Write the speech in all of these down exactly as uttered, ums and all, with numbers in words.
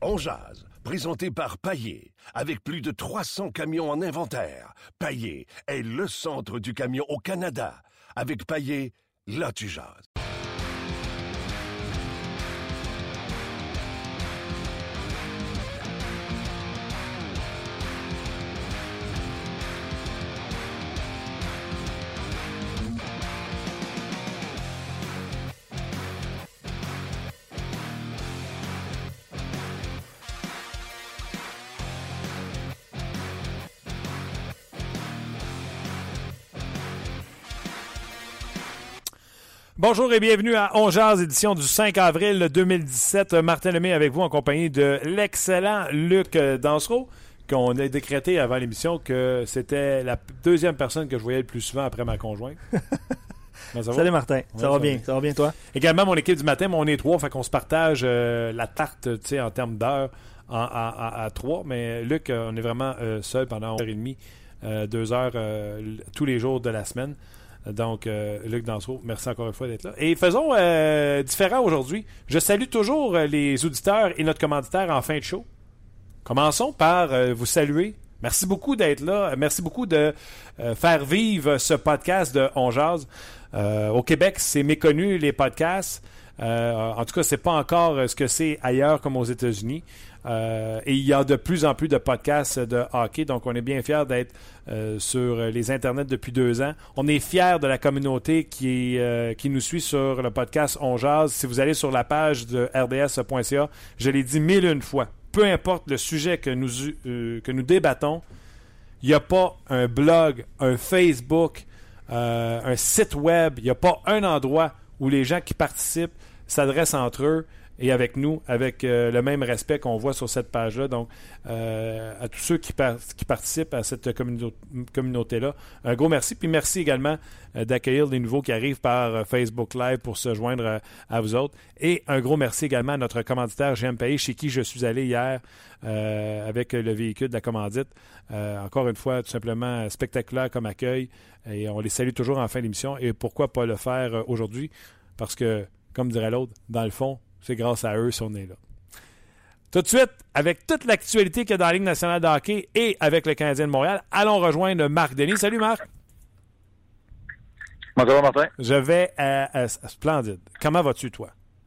On jase, présenté par Paillé, avec plus de trois cents camions en inventaire. Paillé est le centre du camion au Canada. Avec Paillé, là tu jases. Bonjour et bienvenue à On Jase, édition du cinq avril deux mille dix-sept. Martin Lemay avec vous en compagnie de l'excellent Luc Dansereau, qu'on a décrété avant l'émission que c'était la deuxième personne que je voyais le plus souvent après ma conjointe. Salut Martin, ouais, ça va bien, ça va bien toi? Également mon équipe du matin, mais on est trois, fait qu'on se partage euh, la tarte en termes d'heures en, en, en, à trois, mais Luc, on est vraiment euh, seul pendant une heure et demie, euh, deux heures euh, tous les jours de la semaine. Donc, euh, Luc Dansereau, merci encore une fois d'être là. Et faisons euh, différent aujourd'hui. Je salue toujours euh, les auditeurs et notre commanditaire en fin de show. Commençons par euh, vous saluer. Merci beaucoup d'être là. Merci beaucoup de euh, faire vivre ce podcast de On Jase. Euh, au Québec, c'est méconnu, les podcasts. Euh, en tout cas, c'est pas encore ce que c'est ailleurs comme aux États-Unis. Euh, et il y a de plus en plus de podcasts de hockey, donc on est bien fiers d'être euh, sur les internets depuis deux ans. On est fiers de la communauté qui, euh, qui nous suit sur le podcast On Jase. Si vous allez sur la page de r d s point c a, je l'ai dit mille une fois, peu importe le sujet que nous, euh, que nous débattons, il n'y a pas un blog, un Facebook, euh, un site web, il n'y a pas un endroit où les gens qui participent s'adressent entre eux et avec nous, avec euh, le même respect qu'on voit sur cette page-là. Donc, euh, à tous ceux qui, par- qui participent à cette communauté- communauté-là, un gros merci. Puis merci également euh, d'accueillir les nouveaux qui arrivent par euh, Facebook Live pour se joindre euh, à vous autres. Et un gros merci également à notre commanditaire G M Paillé, chez qui je suis allé hier euh, avec le véhicule de la commandite. Euh, encore une fois, tout simplement spectaculaire comme accueil. Et on les salue toujours en fin d'émission. Et pourquoi pas le faire euh, aujourd'hui? Parce que, comme dirait l'autre, dans le fond, c'est grâce à eux si on est là. Tout de suite, avec toute l'actualité qu'il y a dans la Ligue nationale de hockey et avec le Canadien de Montréal, allons rejoindre Marc Denis. Salut Marc. Bonjour Martin. Je vais à, à, à Splendide. Comment vas-tu, toi?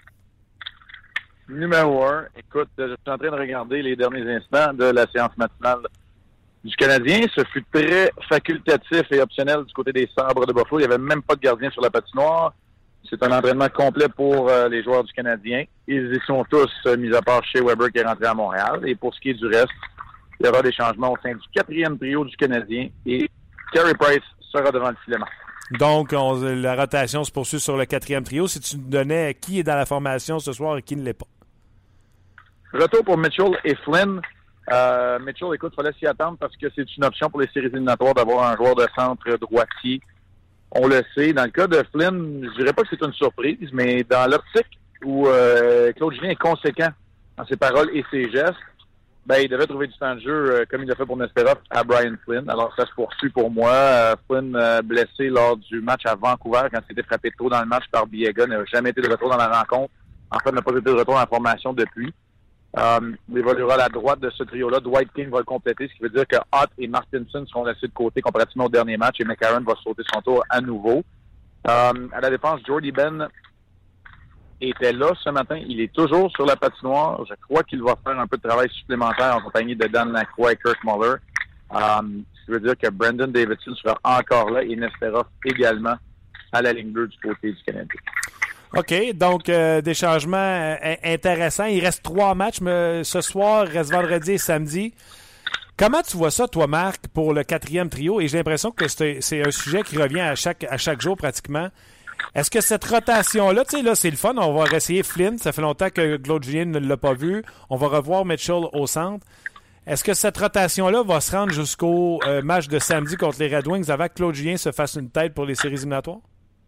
Numéro un, écoute, je suis en train de regarder les derniers instants de la séance matinale du Canadien. Ce fut très facultatif et optionnel du côté des Sabres de Buffalo. Il n'y avait même pas de gardien sur la patinoire. C'est un entraînement complet pour euh, les joueurs du Canadien. Ils y sont tous, euh, mis à part Shea Weber qui est rentré à Montréal. Et pour ce qui est du reste, il y aura des changements au sein du quatrième trio du Canadien et Carey Price sera devant le filet. Donc, on, la rotation se poursuit sur le quatrième trio. Si tu nous donnais qui est dans la formation ce soir et qui ne l'est pas. Retour pour Mitchell et Flynn. Euh, Mitchell, écoute, il fallait s'y attendre parce que c'est une option pour les séries éliminatoires d'avoir un joueur de centre droitier. On le sait. Dans le cas de Flynn, je dirais pas que c'est une surprise, mais dans l'optique où euh, Claude Julien est conséquent dans ses paroles et ses gestes, ben il devait trouver du temps de jeu, euh, comme il l'a fait pour Nesperov, à Brian Flynn. Alors ça se poursuit pour moi. Euh, Flynn, euh, blessé lors du match à Vancouver, quand il s'était frappé trop dans le match par Biega, n'a jamais été de retour dans la rencontre. En fait, n'a pas été de retour dans la formation depuis. Euh, il évoluera à la droite de ce trio-là. Dwight King va le compléter, ce qui veut dire que Ott et Martinson seront laissés de côté comparativement au dernier match et McCarron va sauter son tour à nouveau. Euh, à la défense, Jordy Ben était là ce matin. Il est toujours sur la patinoire. Je crois qu'il va faire un peu de travail supplémentaire en compagnie de Dan Lacroix et Kirk Muller. Euh, ce qui veut dire que Brandon Davidson sera encore là et Nesterov également à la ligne bleue du côté du Canadien. OK, donc euh, des changements euh, intéressants. Il reste trois matchs mais ce soir, il reste vendredi et samedi. Comment tu vois ça, toi, Marc, pour le quatrième trio? Et j'ai l'impression que c'est, c'est un sujet qui revient à chaque, à chaque jour pratiquement. Est-ce que cette rotation-là, tu sais, là, c'est le fun. On va réessayer Flynn. Ça fait longtemps que Claude Julien ne l'a pas vu. On va revoir Mitchell au centre. Est-ce que cette rotation-là va se rendre jusqu'au euh, match de samedi contre les Red Wings avant que Claude Julien se fasse une tête pour les séries éliminatoires?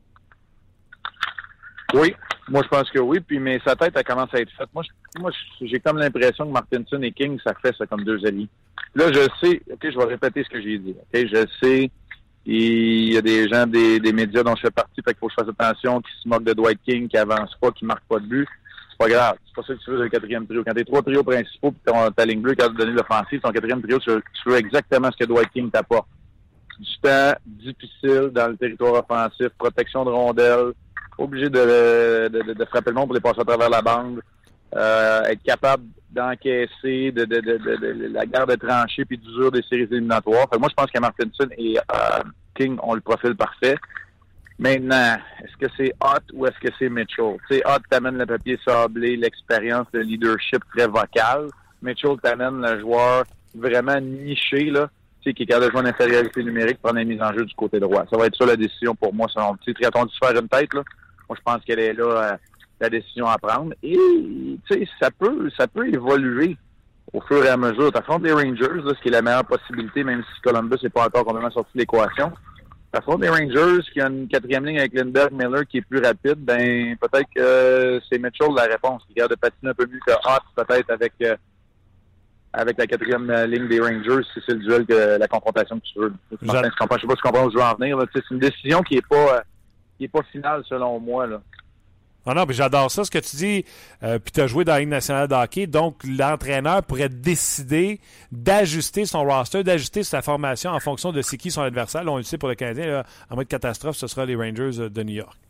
Oui, moi je pense que oui, puis mais sa tête elle commence à être faite. Moi, je, moi j'ai comme l'impression que Martinson et King, ça fait ça comme deux alliés. Là, je sais, ok, je vais répéter ce que j'ai dit. Ok, je sais, il y a des gens des, des médias dont je fais partie, fait qu'il faut que je fasse attention, qui se moquent de Dwight King, qui avance pas, qui marque pas de but. c'est pas grave. C'est pas ça que tu veux le quatrième trio. Quand tes trois trios principaux puis ton, ta ligne bleue, quand tu donnes l'offensive, ton quatrième trio, tu veux, tu veux exactement ce que Dwight King t'apporte. Du temps difficile dans le territoire offensif, protection de rondelles, obligé de, de, de, de frapper le monde pour les passer à travers la bande, euh, être capable d'encaisser de, de, de, de, de la garde tranchée puis d'usure des séries éliminatoires. Fait que moi, je pense que Martinson et euh, King ont le profil parfait. Maintenant, est-ce que c'est Hott ou est-ce que c'est Mitchell? Tu sais, Hott t'amène le papier sablé, l'expérience, le leadership très vocal. Mitchell t'amène le joueur vraiment niché, là, tu sais, qui est capable de jouer en infériorité numérique, prendre les mises en jeu du côté droit. Ça va être ça la décision pour moi, selon le petit triathlon de se faire une tête, là. Moi, je pense qu'elle est là, euh, la décision à prendre. Et, tu sais, ça peut, ça peut évoluer au fur et à mesure. T'affrontes les Rangers, là, ce qui est la meilleure possibilité, même si Columbus n'est pas encore complètement sorti de l'équation. Par contre, les Rangers, qui ont une quatrième ligne avec Lindbergh Miller qui est plus rapide, ben peut-être que euh, c'est Mitchell la réponse. Il garde de patiner un peu mieux que Hott, peut-être avec euh, avec la quatrième euh, ligne des Rangers, si c'est le duel que la confrontation que tu veux. Martin, je ne sais pas si tu comprends où je veux en venir. Là. C'est une décision qui n'est pas euh, qui est pas finale selon moi. Là. Non, non, mais j'adore ça, ce que tu dis. Euh, puis tu as joué dans la Ligue nationale de hockey, donc l'entraîneur pourrait décider d'ajuster son roster, d'ajuster sa formation en fonction de c'est qui son adversaire. Là, on le sait pour le Canadien, là, en mode catastrophe, ce sera les Rangers de New York.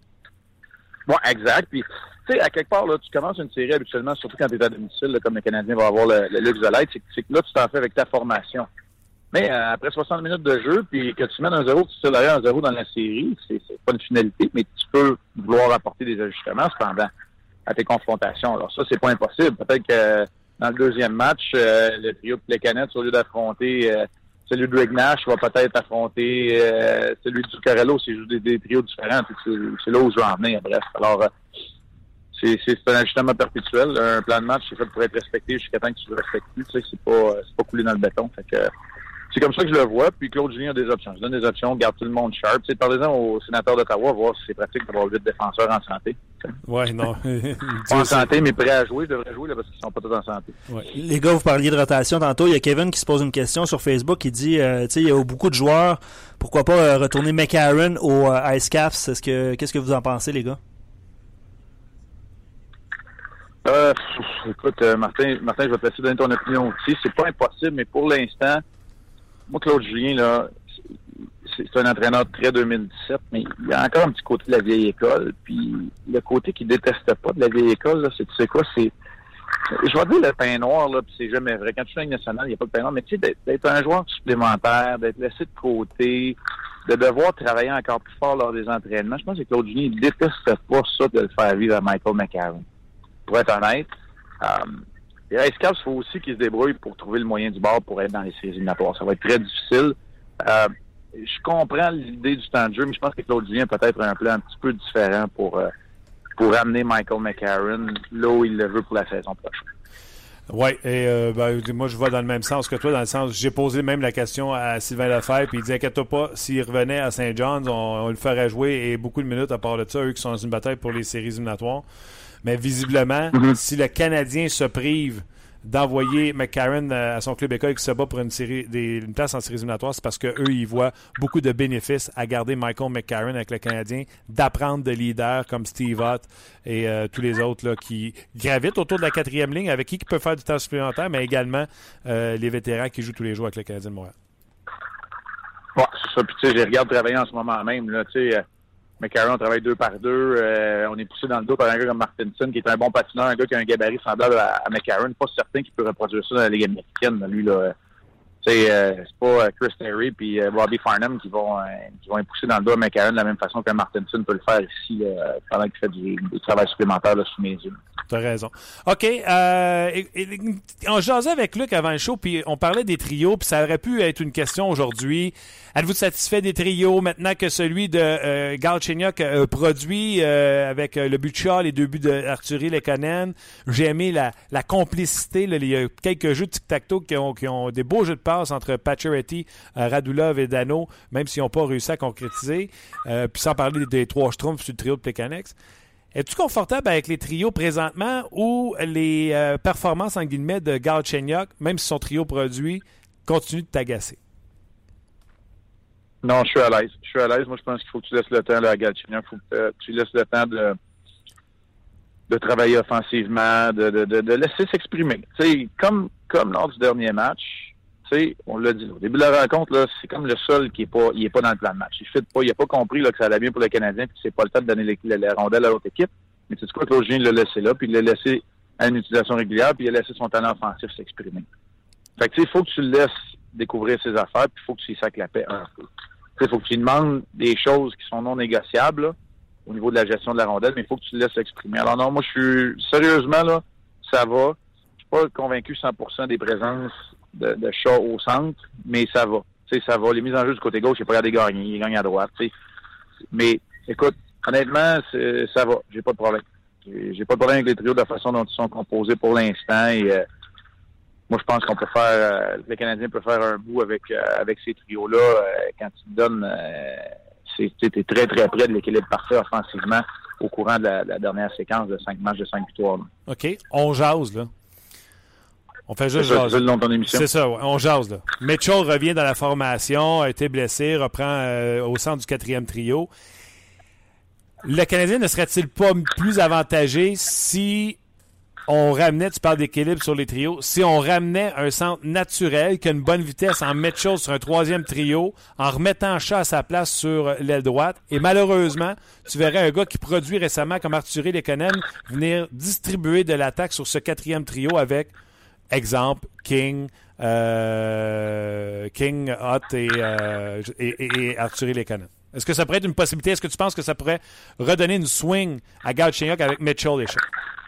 Bon, exact. Puis, tu sais, à quelque part, là, tu commences une série habituellement, surtout quand tu es à domicile, là, comme le Canadien va avoir le, le luxe de l'être, c'est, c'est que là, tu t'en fais avec ta formation. Mais euh, après soixante minutes de jeu, puis que tu mènes un zéro, tu tires derrière un zéro dans la série, c'est, c'est pas une finalité, mais tu peux vouloir apporter des ajustements cependant à tes confrontations. Alors ça, c'est pas impossible. Peut-être que euh, dans le deuxième match, euh, le trio de Plekanec, au lieu d'affronter euh, celui de Greg Nash, va peut-être affronter euh, celui du Zuccarello, c'est juste des, des trios différents. C'est, c'est là où je veux en venir, bref. Alors, euh, c'est, c'est, c'est un ajustement perpétuel. Un plan de match, c'est fait pour être respecté jusqu'à temps que tu le respectes plus. Tu sais, c'est pas, c'est pas coulé dans le béton. Fait que, c'est comme ça que je le vois. Puis Claude Julien a des options. Je donne des options, garde tout le monde sharp. Tu sais, parlez-en au sénateur d'Ottawa, voir si c'est pratique d'avoir huit défenseurs en santé. Oui, non. Pas en santé, mais prêts à jouer. Ils devraient jouer là, parce qu'ils sont pas tous en santé. Ouais. Les gars, vous parliez de rotation tantôt. Il y a Kevin qui se pose une question sur Facebook qui dit, euh, tu sais, il y a beaucoup de joueurs. Pourquoi pas euh, retourner McCarron au euh, Ice Caps? Est-ce que, qu'est-ce que vous en pensez, les gars? Euh, écoute, euh, Martin, Martin, je vais te laisser donner ton opinion aussi. C'est pas impossible, mais pour l'instant, moi, Claude Julien, là, c'est, c'est un entraîneur très deux mille dix-sept, mais il y a encore un petit côté de la vieille école. Puis le côté qu'il déteste pas de la vieille école, là, c'est, tu sais quoi, c'est, je vais dire le pain noir, là, puis c'est jamais vrai. Quand tu fais une nationale, il n'y a pas de pain noir, mais tu sais, d'être, d'être un joueur supplémentaire, d'être laissé de côté, de devoir travailler encore plus fort lors des entraînements, je pense que Claude Julien, il déteste pas ça de le faire vivre à Michael McCarron. Pour être honnête, euh, les Ice Caps, il faut aussi qu'ils se débrouillent pour trouver le moyen du bord pour être dans les séries éliminatoires. Ça va être très difficile. Euh, je comprends l'idée du temps de jeu, mais je pense que Claude Julien peut être un plan un petit peu différent pour, euh, pour amener Michael McCarron là où il le veut pour la saison prochaine. Oui, et euh, ben, moi je vais dans le même sens que toi, dans le sens j'ai posé même la question à Sylvain Lefebvre, puis il dit inquiète-toi pas, s'il revenait à Saint John's, on, on le ferait jouer, et beaucoup de minutes à part de ça, eux qui sont dans une bataille pour les séries éliminatoires. Mais visiblement, mm-hmm. si le Canadien se prive d'envoyer McCarron à son club école qui se bat pour une série des, une place en séries éliminatoires, c'est parce qu'eux, ils voient beaucoup de bénéfices à garder Michael McCarron avec le Canadien, d'apprendre de leaders comme Steve Ott et euh, tous les autres là, qui gravitent autour de la quatrième ligne, avec qui qui peut faire du temps supplémentaire, mais également euh, les vétérans qui jouent tous les jours avec le Canadien de Montréal. Ouais, c'est ça. Puis tu sais, je les regarde travailler en ce moment même. Là, tu sais, euh, McCarron travaille deux par deux. Euh, on est poussé dans le dos par un gars comme Martinson, qui est un bon patineur, un gars qui a un gabarit semblable à, à McCarron. Pas certain qu'il peut reproduire ça dans la Ligue américaine. Lui, là, tu sais, euh, c'est pas euh, Chris Terry puis euh, Robbie Farnham qui vont euh, qui vont être poussés dans le dos à McCarron de la même façon que Martinson peut le faire ici euh, pendant qu'il fait du, du travail supplémentaire là, sous mes yeux. T'as raison. OK. Euh, et, et, on jasait avec Luc avant le show, puis on parlait des trios, puis ça aurait pu être une question aujourd'hui. Êtes-vous satisfait des trios maintenant que celui de euh, Galchenyuk euh, produit euh, avec euh, le but de Shaw, les deux buts d'Arthurie Lekonen? J'ai aimé la, la complicité. Là, il y a quelques jeux de tic-tac-toe qui ont, qui ont des beaux jeux de passe entre Pacioretty, euh, Radulov et Dano, même s'ils n'ont pas réussi à concrétiser. Euh, puis sans parler des, des trois schtroumpfs sur le trio de Plekanec. Es-tu confortable avec les trios présentement ou les euh, performances en guillemets de Galchenyuk, même si son trio produit, continue de t'agacer? Non, je suis à l'aise. Je suis à l'aise. Moi, je pense qu'il faut que tu laisses le temps là, à Galchenyuk. Il faut que tu laisses le temps de, de travailler offensivement, de, de, de, de laisser s'exprimer. Tu sais, comme, comme lors du dernier match, tu sais, on l'a dit au début de la rencontre, là, c'est comme le seul qui est pas, il est pas dans le plan de match. Il fit pas, il a pas compris, là, que ça allait bien pour le Canadien, puis c'est pas le temps de donner les, les, les rondelles à l'autre équipe. Mais tu sais quoi, Claude Julien l'a laissé là, puis il l'a laissé à une utilisation régulière, puis il a laissé son talent offensif s'exprimer. Fait que tu sais, il faut que tu le laisses découvrir ses affaires, puis il faut que tu y sacs la paix un peu. Tu sais, il faut que tu lui demandes des choses qui sont non négociables, là, au niveau de la gestion de la rondelle, mais il faut que tu le laisses s'exprimer. Alors non, moi, je suis, sérieusement, là, ça va. Je suis pas convaincu cent pour cent des présences de, de Shaw au centre, mais ça va. Tu sais, ça va. Les mises en jeu du côté gauche, il n'a pas regardé gagner. Il gagne à droite, tu sais. Mais, écoute, honnêtement, c'est, ça va. J'ai pas de problème. J'ai, j'ai pas de problème avec les trios de la façon dont ils sont composés pour l'instant. Et euh, moi, je pense qu'on peut faire... Euh, le Canadien peut faire un bout avec euh, avec ces trios-là euh, quand ils donnent... Euh, c'est, t'es très, très près de l'équilibre parfait offensivement au courant de la, de la dernière séquence de cinq matchs de cinq victoires. Là. OK. On jase, là. On fait juste c'est ça, jaser. C'est le nom de ton émission. C'est ça, ouais. On jase, là. Mitchell revient dans la formation, a été blessé, reprend euh, au centre du quatrième trio. Le Canadien ne serait-il pas plus avantagé si on ramenait, tu parles d'équilibre sur les trios, si on ramenait un centre naturel qui a une bonne vitesse en Mitchell sur un troisième trio, en remettant Shaw à sa place sur l'aile droite, et malheureusement, tu verrais un gars qui produit récemment comme Artturi Lehkonen venir distribuer de l'attaque sur ce quatrième trio avec, exemple, King, euh, King, Hutt et, euh, et, et, et Artturi Lehkonen. Est-ce que ça pourrait être une possibilité? Est-ce que tu penses que ça pourrait redonner une swing à Galchenyuk avec Mitchell et Shaw?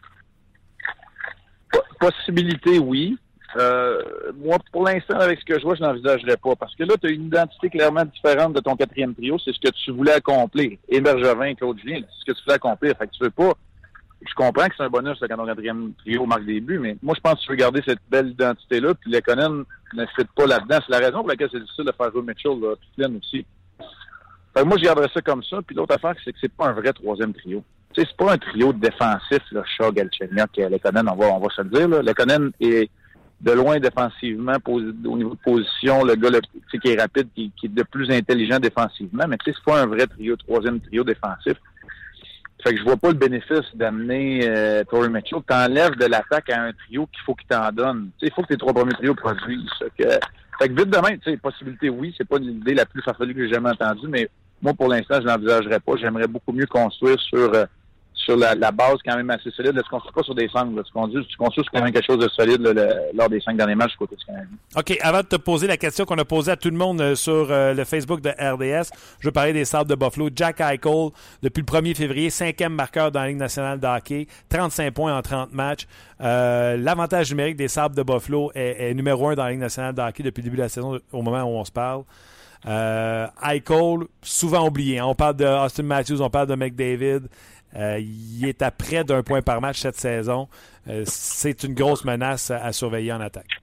Possibilité, oui. Euh, moi, pour l'instant, avec ce que je vois, je n'envisagerais pas. Parce que là, tu as une identité clairement différente de ton quatrième trio. C'est ce que tu voulais accomplir. Et Bergevin, Claude Julien, c'est ce que tu voulais accomplir. Fait que tu veux pas... Je comprends que c'est un bonus là, quand ton quatrième trio marque des buts, mais moi, je pense que tu veux garder cette belle identité-là, puis Lehkonen ne fit pas là-dedans. C'est la raison pour laquelle c'est difficile de faire jouer Mitchell, là, puis Flynn aussi. Fait que moi, je garderais ça comme ça. Puis l'autre affaire, c'est que c'est pas un vrai troisième trio. Tu sais, c'est pas un trio défensif, là, Shaw, Galchenyuk, Lehkonen, on va, on va se le dire, là. Lehkonen est de loin défensivement, posi- au niveau de position, le gars, le, tu sais, qui est rapide, qui, qui est de plus intelligent défensivement, mais tu sais, c'est pas un vrai trio, troisième trio défensif. Fait que je vois pas le bénéfice d'amener euh, Torrey Mitchell. T'enlèves de l'attaque à un trio qu'il faut qu'il t'en donne. Tu sais, il faut que tes trois premiers trios produisent. Fait que, fait que vite demain, tu sais, possibilité, oui, c'est pas l'idée la plus farfelue que j'ai jamais entendue, mais moi, pour l'instant, je l'envisagerais pas. J'aimerais beaucoup mieux construire sur euh, sur la, la base quand même assez solide. Là, tu ne construis pas sur des sangles. Là. Tu, construis, tu construis sur quand même quelque chose de solide là, le, lors des cinq derniers matchs du côté du Canadien. OK. Avant de te poser la question qu'on a posée à tout le monde euh, sur euh, le Facebook de R D S, je veux parler des Sabres de Buffalo. Jack Eichel, depuis le premier février, cinquième marqueur dans la Ligue nationale de hockey, trente-cinq points en trente matchs. Euh, l'avantage numérique des Sabres de Buffalo est, est numéro un dans la Ligue nationale de hockey depuis le début de la saison, au moment où on se parle. Euh, Eichel, souvent oublié. Hein? On parle de Austin Matthews, on parle de McDavid. Euh, il est à près d'un point par match cette saison. Euh, c'est une grosse menace à, à surveiller en attaque.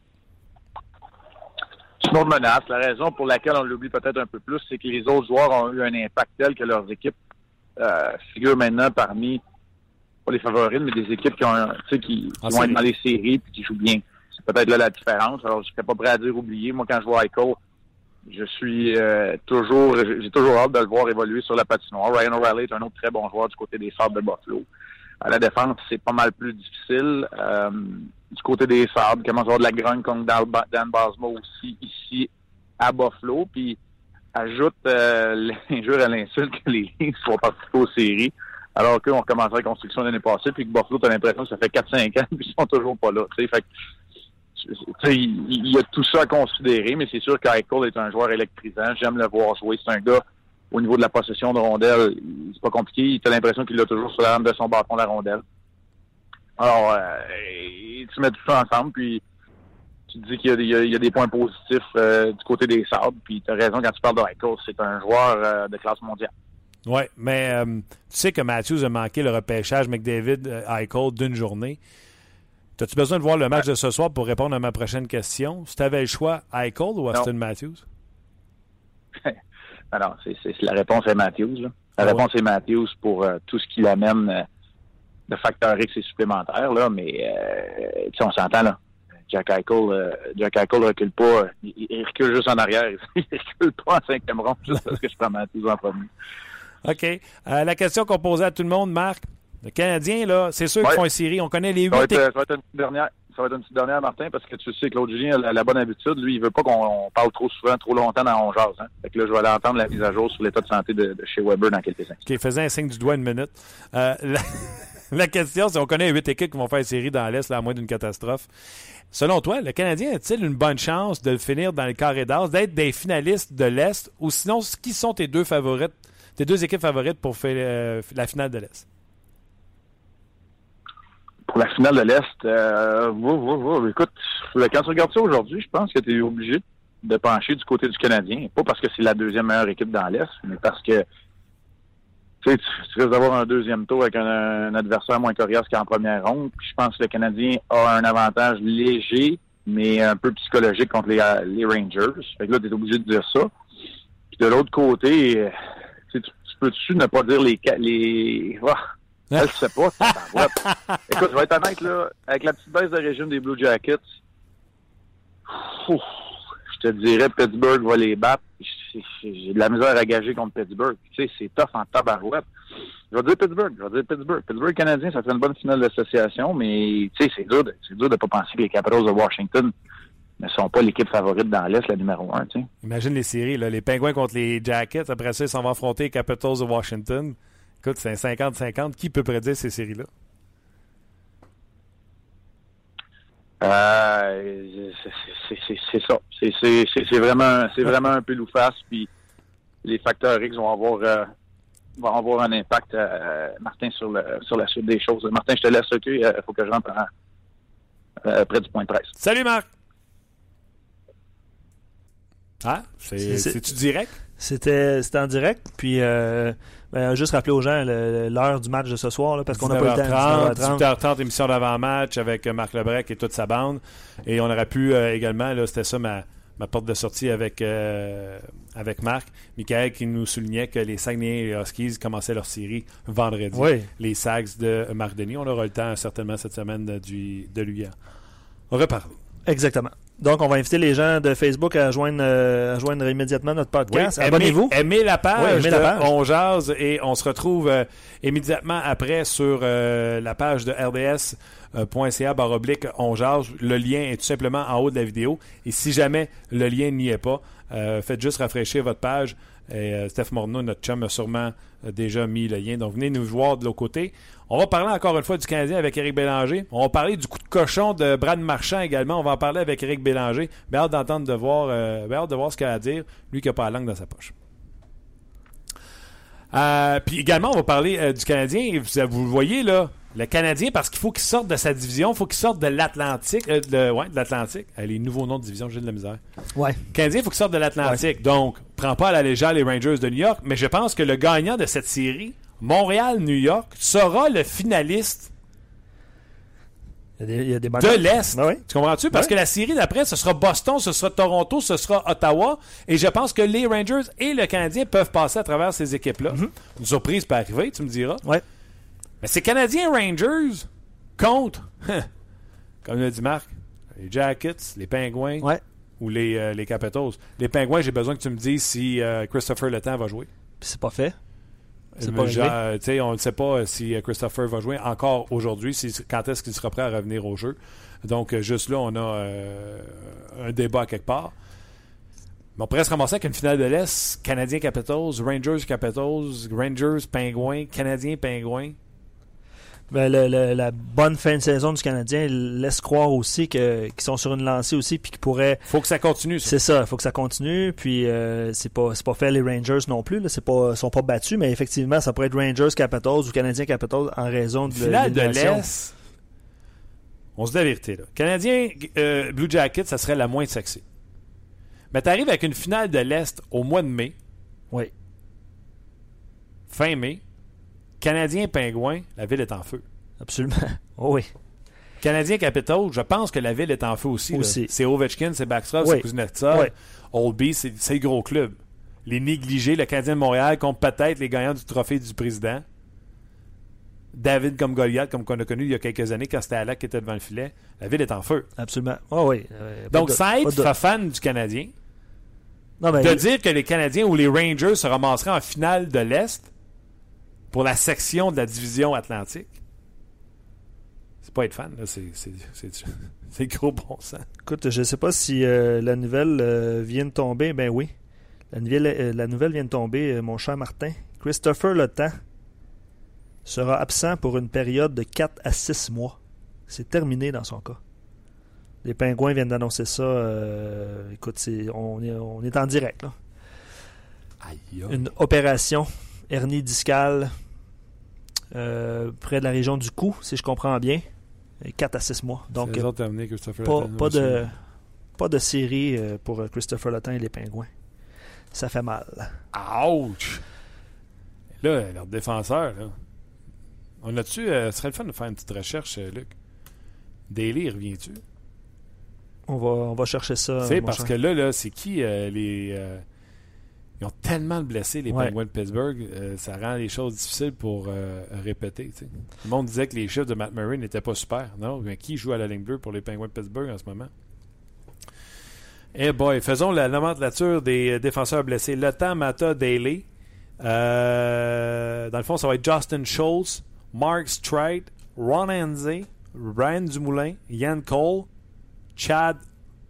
C'est une autre menace. La raison pour laquelle on l'oublie peut-être un peu plus, c'est que les autres joueurs ont eu un impact tel que leurs équipes euh, figurent maintenant parmi, pas les favoris, mais des équipes qui, ont, tu sais, qui, ah, qui vont être dans les séries et qui jouent bien. C'est peut-être là la différence. Alors, je ne serais pas prêt à dire oublier. Moi, quand je vois Eichel, je suis euh, toujours, j'ai toujours hâte de le voir évoluer sur la patinoire. Ryan O'Reilly est un autre très bon joueur du côté des Sabres de Buffalo. À la défense, c'est pas mal plus difficile. Euh, du côté des Sabres, il commence à avoir de la grogne comme Dan Basma aussi ici à Buffalo. Puis ajoute euh, l'injure à l'insulte que les Lignes sont participer aux séries, alors qu'eux ont recommencé la construction l'année passée, puis que Buffalo, t'as l'impression que ça fait quatre cinq ans, puis ils sont toujours pas là. T'sais. Fait que il, il y a tout ça à considérer, mais c'est sûr qu'Eichel est un joueur électrisant. J'aime le voir jouer. C'est un gars, au niveau de la possession de rondelle, c'est pas compliqué. Tu as l'impression qu'il a toujours sur la rame de son bâton la rondelle. Alors, euh, tu mets tout ça ensemble, puis tu te dis qu'il y a, il y a, il y a des points positifs euh, du côté des Sabres. Puis tu as raison quand tu parles d'Eichel, c'est un joueur euh, de classe mondiale. Oui, mais euh, tu sais que Matthews a manqué le repêchage McDavid euh, Eichel d'une journée. As-tu besoin de voir le match de ce soir pour répondre à ma prochaine question? Si tu avais le choix, Eichel ou Austin non. Matthews? Alors, c'est, c'est, la réponse est Matthews. Là. La oh. réponse est Matthews pour euh, tout ce qui amène euh, de facteur X et supplémentaire. Là, mais euh, on s'entend là. Jack Eichel, euh, Jack Eichel recule pas. Il, il recule juste en arrière. Il recule pas en cinquième rond juste parce que je prends Matthews en premier. OK. Euh, la question qu'on posait à tout le monde, Marc. Le Canadien, là, c'est sûr Ouais. qu'ils font une série. On connaît les Ça va, huit. être, ça va être une petite dernière. Ça va être une petite dernière, Martin, parce que tu sais, Claude Julien a la, la bonne habitude. Lui, il veut pas qu'on parle trop souvent, trop longtemps dans On jase. Hein. Fait que là, je vais aller entendre la mise à jour sur l'état de santé de, de chez Weber dans quelques instants. Qui faisait un signe du doigt une minute. Euh, la, la question, c'est on connaît huit équipes qui vont faire une série dans l'Est, là, à moins d'une catastrophe. Selon toi, le Canadien a-t-il une bonne chance de le finir dans le carré d'as, d'être des finalistes de l'Est, ou sinon, qui sont tes deux favorites, tes deux équipes favorites pour faire euh, la finale de l'Est? Pour la finale de l'Est, euh, vous, vous, vous, écoute, quand tu regardes ça aujourd'hui, je pense que tu es obligé de pencher du côté du Canadien. Pas parce que c'est la deuxième meilleure équipe dans l'Est, mais parce que tu sais, tu risques d'avoir un deuxième tour avec un, un adversaire moins coriace qu'en première ronde. Puis je pense que le Canadien a un avantage léger, mais un peu psychologique contre les, les Rangers. Fait que là, tu es obligé de dire ça. Puis de l'autre côté, tu, tu peux-tu ne pas dire les... les oh, je le sais pas. Écoute, je vais être honnête, là, avec la petite baisse de régime des Blue Jackets, ouf, je te dirais Pittsburgh va les battre. J'ai de la misère à gager contre Pittsburgh. Tu sais, c'est tough en tabarouette. Je vais dire Pittsburgh. Je vais dire Pittsburgh. Pittsburgh canadien, ça fait une bonne finale d'association, mais tu sais, c'est dur de, c'est dur de pas penser que les Capitals de Washington ne sont pas l'équipe favorite dans l'Est, la numéro un, tu sais. Imagine les séries, là, les Pingouins contre les Jackets. Après ça, ils s'en vont affronter les Capitals de Washington. Écoute, c'est un cinquante cinquante. Qui peut prédire ces séries-là? Euh, c'est, c'est, c'est ça. C'est, c'est, c'est, c'est, vraiment, c'est vraiment un peu louface. Puis les facteurs X vont avoir, euh, vont avoir un impact, euh, Martin, sur, le, sur la suite des choses. Martin, je te laisse, OK? Il faut que je rentre en, euh, près du point de presse. Salut, Marc! Ah, c'est, C'est- c'est- c'est-tu direct? C'était, c'était en direct, puis euh, ben, juste rappeler aux gens le- l'heure du match de ce soir, là, parce qu'on n'a pas le temps. dix-neuf heures trente, dix-neuf heures trente. dix-huit heures trente, émission d'avant-match avec Marc Lebrec et toute sa bande. Et on aurait pu euh, également, là, c'était ça ma, ma porte de sortie avec, euh, avec Marc. Michael qui nous soulignait que les Saguenay et les Huskies commençaient leur série vendredi. Oui. Les Sags de Marc Denis. On aura le temps certainement cette semaine de, du, de lui en reparler. Exactement. Donc, on va inviter les gens de Facebook à joindre, euh, à joindre immédiatement notre podcast. Oui, Abonnez-vous. Aimez, aimez la page, Oui, aimez la de page. On jase et on se retrouve euh, immédiatement après sur euh, la page de r d s point c a barre oblique On jase. Le lien est tout simplement en haut de la vidéo. Et si jamais le lien n'y est pas, euh, faites juste rafraîchir votre page. Et euh, Steph Morneau, notre chum, a sûrement euh, déjà mis le lien. Donc, venez nous voir de l'autre côté. On va parler encore une fois du Canadien avec Éric Bélanger. On va parler du coup de cochon de Brad Marchand également. On va en parler avec Éric Bélanger. Bien hâte d'entendre de voir, euh, bien hâte de voir ce qu'il a à dire. Lui qui n'a pas la langue dans sa poche. Euh, puis également, on va parler euh, du Canadien. Et vous, vous le voyez, là, le Canadien, parce qu'il faut qu'il sorte de sa division, il faut qu'il sorte de l'Atlantique. Euh, de, ouais, de l'Atlantique. Euh, les nouveaux noms de division, j'ai de la misère. Ouais. Le Canadien, il faut qu'il sorte de l'Atlantique. Donc, prends pas à la légère les Rangers de New York, mais je pense que le gagnant de cette série, Montréal-New York, sera le finaliste Il y a des, il y a des bonnes de chances. l'Est. Ben oui. Tu comprends-tu? Parce Ouais. que la série d'après, ce sera Boston, ce sera Toronto, ce sera Ottawa. Et je pense que les Rangers et le Canadien peuvent passer à travers ces équipes-là. Mm-hmm. Une surprise peut arriver, tu me diras. Ouais. Mais c'est Canadiens-Rangers contre, comme l'a dit Marc, les Jackets, les Pingouins Ouais. ou les, euh, les Capitals. Les Pingouins, j'ai besoin que tu me dises si euh, Christopher Le Temps va jouer. Puis c'est pas fait. C'est Euh, pas genre, réglé. tu sais, on ne sait pas si euh, Christopher va jouer encore aujourd'hui, si, quand est-ce qu'il sera prêt à revenir au jeu. Donc, euh, juste là, on a euh, un débat à quelque part. Mais on pourrait se ramasser avec une finale de l'Est, Canadiens-Capitals, Rangers-Capitals, Rangers-Pingouins, Canadiens-Pingouins. Ben, le- le- la bonne fin de saison du Canadien laisse croire aussi que, qu'ils sont sur une lancée aussi, puis qu'ils pourraient. Faut que ça continue, ça. C'est ça, il faut que ça continue. Puis euh, c'est pas c'est pas fait les Rangers non plus. Là, c'est pas sont pas battus, mais effectivement, ça pourrait être Rangers Capitals ou Canadiens Capitals en raison de Finale de l'élimination. l'Est, on se dit la vérité, là. Canadien euh, Blue Jackets, ça serait la moins sexy. Mais t'arrives avec une finale de l'Est au mois de mai, Oui. fin mai. Canadien-Pingouins, la ville est en feu. Absolument. Oh oui. Canadien-Capitals, je pense que la ville est en feu aussi. là. Aussi. C'est Ovechkin, c'est Backstrom, Oui. c'est Kuznetsov. Oui. Oldby, c'est, c'est le gros club. Les négligés, le Canadien de Montréal contre peut-être les gagnants du trophée du président. David comme Goliath, comme qu'on a connu il y a quelques années quand c'était Alak qui était devant le filet. La ville est en feu. Absolument. Oh oui. Euh, pas Donc, de- ça pas aide de- fan du Canadien Non, ben, de dire que les Canadiens ou les Rangers se ramasseraient en finale de l'Est pour la section de la division Atlantique. C'est pas être fan, là. C'est, c'est, c'est, c'est gros bon sens. Écoute, je sais pas si euh, la nouvelle euh, vient de tomber. Ben oui. La nouvelle, euh, la nouvelle vient de tomber, euh, mon cher Martin. Christopher Le Temps sera absent pour une période de quatre à six mois. C'est terminé dans son cas. Les Pingouins viennent d'annoncer ça. Euh, écoute, c'est, on, est, on est en direct, là. Aïe, aïe. Une opération hernie discale euh, près de la région du cou, si je comprends bien. quatre à six mois. Donc, c'est les autres terminés, Christopher pas, Le Temps, pas, aussi. de, pas de série euh, pour Christopher Le Temps et les Pingouins. Ça fait mal. Ouch! Là, leur défenseur, là. On a-tu. Euh, ce serait le fun de faire une petite recherche, euh, Luc. Daly, reviens-tu? On va, on va chercher ça. Tu sais, mon parce cher. que là, là c'est qui euh, les. Euh, ils ont tellement de blessés, les Ouais. Penguins de Pittsburgh, euh, ça rend les choses difficiles pour euh, répéter. Tu sais. Le monde disait que les chiffres de Matt Murray n'étaient pas super. Non, mais qui joue à la ligne bleue pour les Penguins de Pittsburgh en ce moment? Eh boy, faisons la nomenclature des euh, défenseurs blessés. Le temps, Mata, Daly. Euh, dans le fond, ça va être Justin Schultz, Mark Streit, Ron Anze, Ryan Dumoulin, Ian Cole, Chad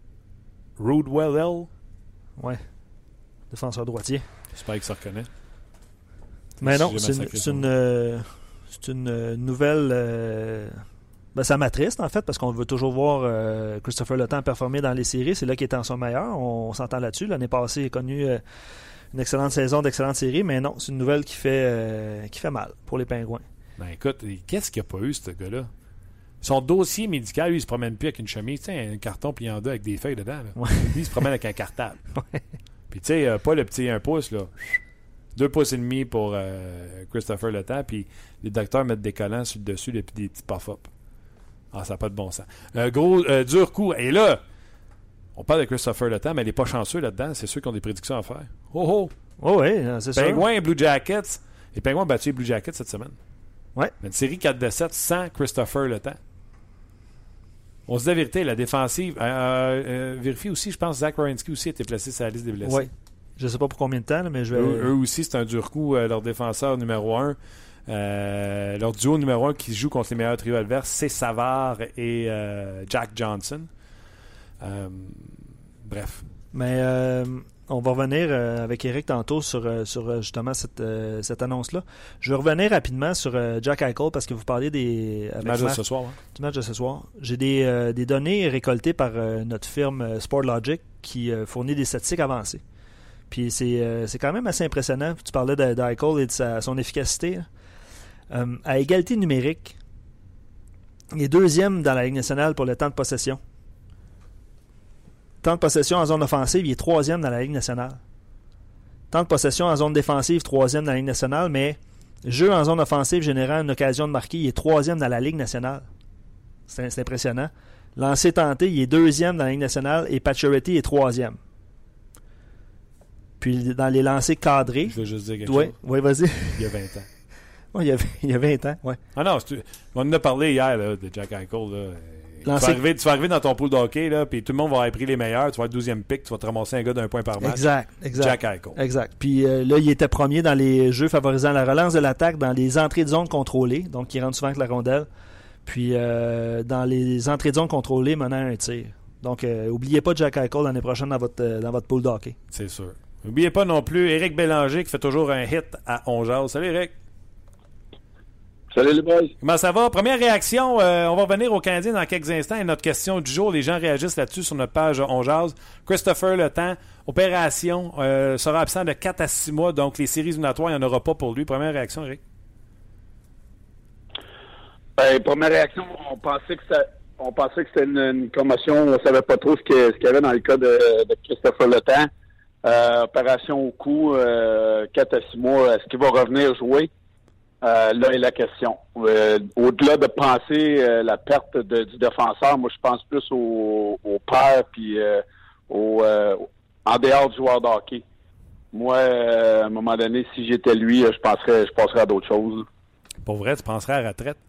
Rudwell. Ouais. Défenseur droitier. J'espère qu'il se reconnaît. Mais Si non, j'ai c'est une, massacré c'est son une, nom. euh, c'est une euh, nouvelle. Euh, ben, ça m'attriste, en fait, parce qu'on veut toujours voir euh, Christopher Le Temps performer dans les séries. C'est là qu'il est en son meilleur. On, on s'entend là-dessus. L'année passée, il a connu euh, une excellente saison, d'excellentes séries. Mais non, c'est une nouvelle qui fait, euh, qui fait mal pour les Pingouins. Ben écoute, qu'est-ce qu'il n'y a pas eu, ce gars-là? Son dossier médical, lui, il se promène plus avec une chemise, tu sais, un carton pliant en deux avec des feuilles dedans. Là. Ouais. Lui, il se promène avec un cartable. Ouais. Puis tu sais, euh, pas le petit un pouce, là. Deux pouces et demi pour euh, Christopher Le Temps, puis les docteurs mettent des collants sur le dessus et puis des petits puff-up. Ah, ça n'a pas de bon sens. Euh, gros, euh, dur coup. Et là, on parle de Christopher Le Temps, mais il n'est pas chanceux là-dedans. C'est ceux qui ont des prédictions à faire. Oh oh! Oh oui, c'est ça. Pingouins et Blue Jackets. Les Pingouins ont battu les Blue Jackets cette semaine. Ouais. Une série quatre de sept sans Christopher Le Temps. On se dit la vérité, la défensive. Euh, euh, vérifie aussi, je pense que Zach Werenski aussi a été placé sur la liste des blessés. Oui. Je ne sais pas pour combien de temps, là, mais je vais. Eux, eux aussi, c'est un dur coup, euh, leur défenseur numéro un. Euh, leur duo numéro un qui joue contre les meilleurs trios adverses, c'est Savard et euh, Jack Johnson. Euh, bref. Mais euh, on va revenir euh, avec Eric tantôt sur, euh, sur euh, justement cette, euh, cette annonce-là. Je vais revenir rapidement sur euh, Jack Eichel parce que vous parliez des avec Match de Marc- ce soir. Hein? du match de ce soir. J'ai des, euh, des données récoltées par euh, notre firme euh, Sportlogic qui euh, fournit des statistiques avancées. Puis c'est, euh, c'est quand même assez impressionnant. Tu parlais de- d'Eichel et de sa, son efficacité. là. Euh, à égalité numérique, il est deuxième dans la Ligue nationale pour le temps de possession. Temps de possession en zone offensive, il est troisième dans la Ligue nationale. Temps de possession en zone défensive, troisième dans la Ligue nationale, mais jeu en zone offensive générant une occasion de marquer, il est troisième dans la Ligue nationale. C'est, c'est impressionnant. Lancé tenté, il est deuxième dans la Ligue nationale et Pacioretty est troisième. Puis dans les lancers cadrés, Je veux juste dire quelque oui, chose. oui, vas-y. Il y a vingt ans. Ouais, il, y a, il y a vingt ans, ouais. Ah non, c'est- on en a parlé hier là, de Jack Eichel. Là. Tu, vas Lancé- arriver, tu vas arriver dans ton pool de hockey, là, puis tout le monde va avoir pris les meilleurs. Tu vas être douzième pick, tu vas te ramasser un gars d'un point par match. Exact, exact. Jack Eichel. Exact. Puis euh, là, il était premier dans les jeux favorisant la relance de l'attaque dans les entrées de zone contrôlées, donc qui rentre souvent avec la rondelle. Puis euh, dans les entrées de zone contrôlées menant à un tir. Donc, euh, oubliez pas Jack Eichel l'année prochaine dans votre, euh, dans votre pool de hockey. C'est sûr. N'oubliez pas non plus Éric Bélanger qui fait toujours un hit à On Jase. Salut Éric. Salut les boys. Comment ça va? Première réaction, euh, on va revenir aux Canadiens dans quelques instants. Et notre question du jour, les gens réagissent là-dessus sur notre page On Jase. Christopher Le Temps, opération, euh, sera absent de quatre à six mois, donc les séries éliminatoires, il n'y en aura pas pour lui. Première réaction, Éric? Ben, première réaction, on pensait que ça, on pensait que c'était une, une commotion. On savait pas trop ce, que, ce qu'il y avait dans le cas de, de Christopher Le Temps. Euh, opération au cou, euh, quatre à six mois. Est-ce qu'il va revenir jouer? Euh, là est la question. Euh, au-delà de penser euh, la perte de, du défenseur, moi je pense plus au, au père puis euh, au euh, en dehors du joueur de hockey. Moi, euh, à un moment donné, si j'étais lui, je penserais je passerais à d'autres choses. Pour vrai, tu penserais à la retraite?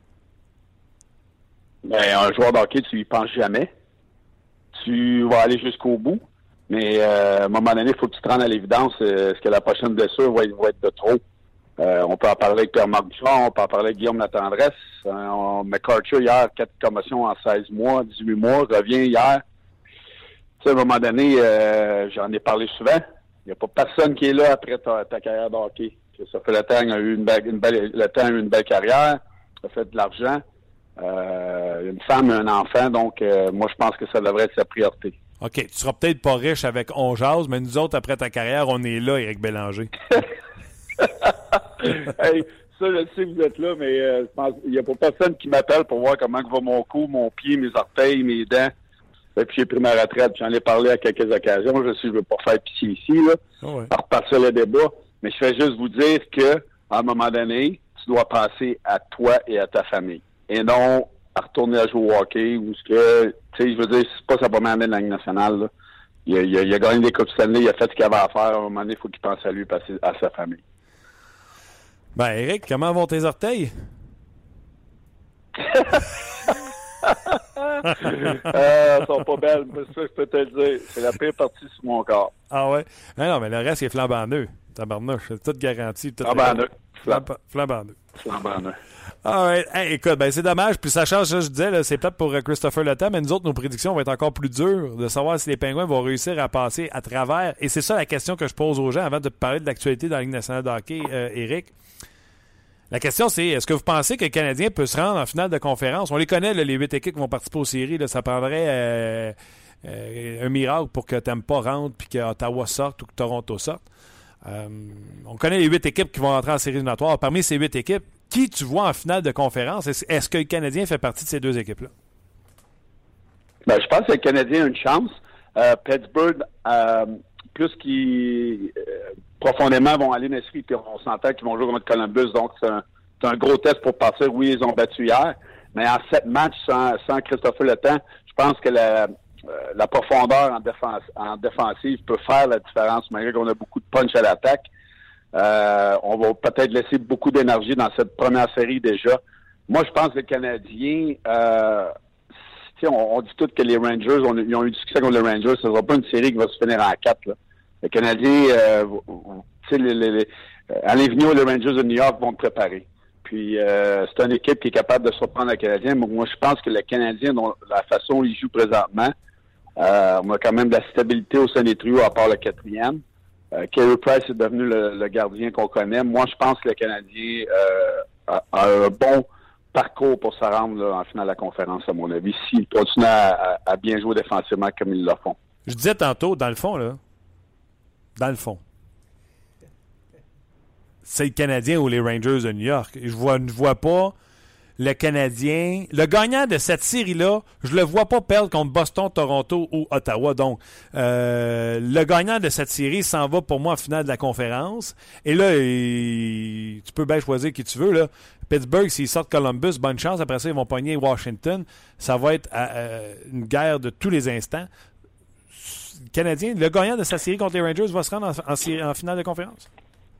Ben, un joueur de hockey, tu y penses jamais. Tu vas aller jusqu'au bout. Mais euh, à un moment donné, il faut que tu te rendes à l'évidence. Euh, est-ce que la prochaine blessure va, va être de trop? Euh, on peut en parler avec Pierre-Marc Duchamp, on peut en parler avec Guillaume Latendresse. Euh, on, McArthur, hier, quatre commotions en seize mois, dix-huit mois, revient hier. Tu sais, à un moment donné, euh, j'en ai parlé souvent. Il n'y a pas personne qui est là après ta, ta carrière de hockey. Ça fait le temps a eu une belle, une belle, le temps a eu une belle carrière, a fait de l'argent, euh, une femme, un enfant, donc euh, moi je pense que ça devrait être sa priorité. OK, tu seras peut-être pas riche avec On Jase, mais nous autres, après ta carrière, on est là, Éric Bélanger. Hey, ça, je sais que vous êtes là, mais euh, je pense il n'y a pas personne qui m'appelle pour voir comment va mon cou, mon pied, mes orteils, mes dents. Et puis j'ai pris ma retraite, j'en ai parlé à quelques occasions. Je sais, je ne veux pas faire pitié ici, là, oh ouais. à repartir le débat. Mais je fais juste vous dire que, à un moment donné, tu dois penser à toi et à ta famille. Et non à retourner à jouer au hockey ou ce que, tu sais, je veux dire, c'est pas sa première année de la Ligue nationale, là. Il a, il, a, il a gagné des Coupes Stanley, il a fait ce qu'il avait à faire. À un moment donné, il faut qu'il pense à lui et à sa famille. Ben, Éric, comment vont tes orteils? euh, elles sont pas belles, mais ça, je peux te le dire. C'est la pire partie sur mon corps. Ah ouais? Non, non, mais le reste, il est flambant neuf. Tabarnouche, c'est tout garanti. Flambant neuf. Flambant neuf. Flambant neuf. All right. Hey, écoute, ben c'est dommage. Puis ça change, ça, je disais, là, c'est peut-être pour Christopher Letang, mais nous autres, nos prédictions vont être encore plus dures de savoir si les Pingouins vont réussir à passer à travers. Et c'est ça la question que je pose aux gens avant de parler de l'actualité dans la Ligue nationale de hockey, euh, Éric. La question, c'est, est-ce que vous pensez que le Canadien peut se rendre en finale de conférence? On les connaît, là, les huit équipes qui vont participer aux séries. Là, ça prendrait euh, euh, un miracle pour que Tampa rentre, puis que Ottawa sorte ou que Toronto sorte. Euh, on connaît les huit équipes qui vont rentrer en série éliminatoire. Parmi ces huit équipes, qui tu vois en finale de conférence? Est-ce, est-ce que le Canadien fait partie de ces deux équipes-là? Ben, je pense que le Canadien a une chance. Euh, Pittsburgh, euh, plus qu'ils euh, profondément vont aller dans les séries, puis on s'entend qu'ils vont jouer contre Columbus, donc c'est un, c'est un gros test pour partir. Oui, ils ont battu hier, mais en sept matchs sans, sans Christopher Letang, je pense que la, euh, la profondeur en, défense, en défensive peut faire la différence, malgré qu'on a beaucoup de punch à l'attaque. Euh, on va peut-être laisser beaucoup d'énergie dans cette première série déjà. Moi, je pense que les Canadiens, euh, on, on dit tout que les Rangers, on, ils ont eu du succès contre les Rangers, ce ne sera pas une série qui va se finir en quatre. Là. Les Canadiens, euh, tu sais, les, les, les, Alain Vigneault et les Rangers de New York vont te préparer. Puis, euh, c'est une équipe qui est capable de surprendre le Canadien. Mais moi, je pense que le Canadien, dont la façon où il joue présentement, euh, on a quand même de la stabilité au sein des trios, à part le quatrième. Euh, Carey Price est devenu le, le gardien qu'on connaît. Moi, je pense que le Canadien euh, a, a un bon parcours pour se rendre là, en finale de la conférence, à mon avis, s'ils continuent à, à, à bien jouer défensivement comme ils le font. Je disais tantôt, dans le fond, là, dans le fond, c'est le Canadien ou les Rangers de New York. Je vois, ne vois pas le Canadien. Le gagnant de cette série-là, je le vois pas perdre contre Boston, Toronto ou Ottawa. Donc, euh, le gagnant de cette série s'en va pour moi en finale de la conférence. Et là, il, tu peux bien choisir qui tu veux. Là. Pittsburgh, s'ils sortent Columbus, bonne chance. Après ça, ils vont pogner Washington. Ça va être euh, une guerre de tous les instants. Le Canadien, le gagnant de sa série contre les Rangers va se rendre en, en, en finale de conférence?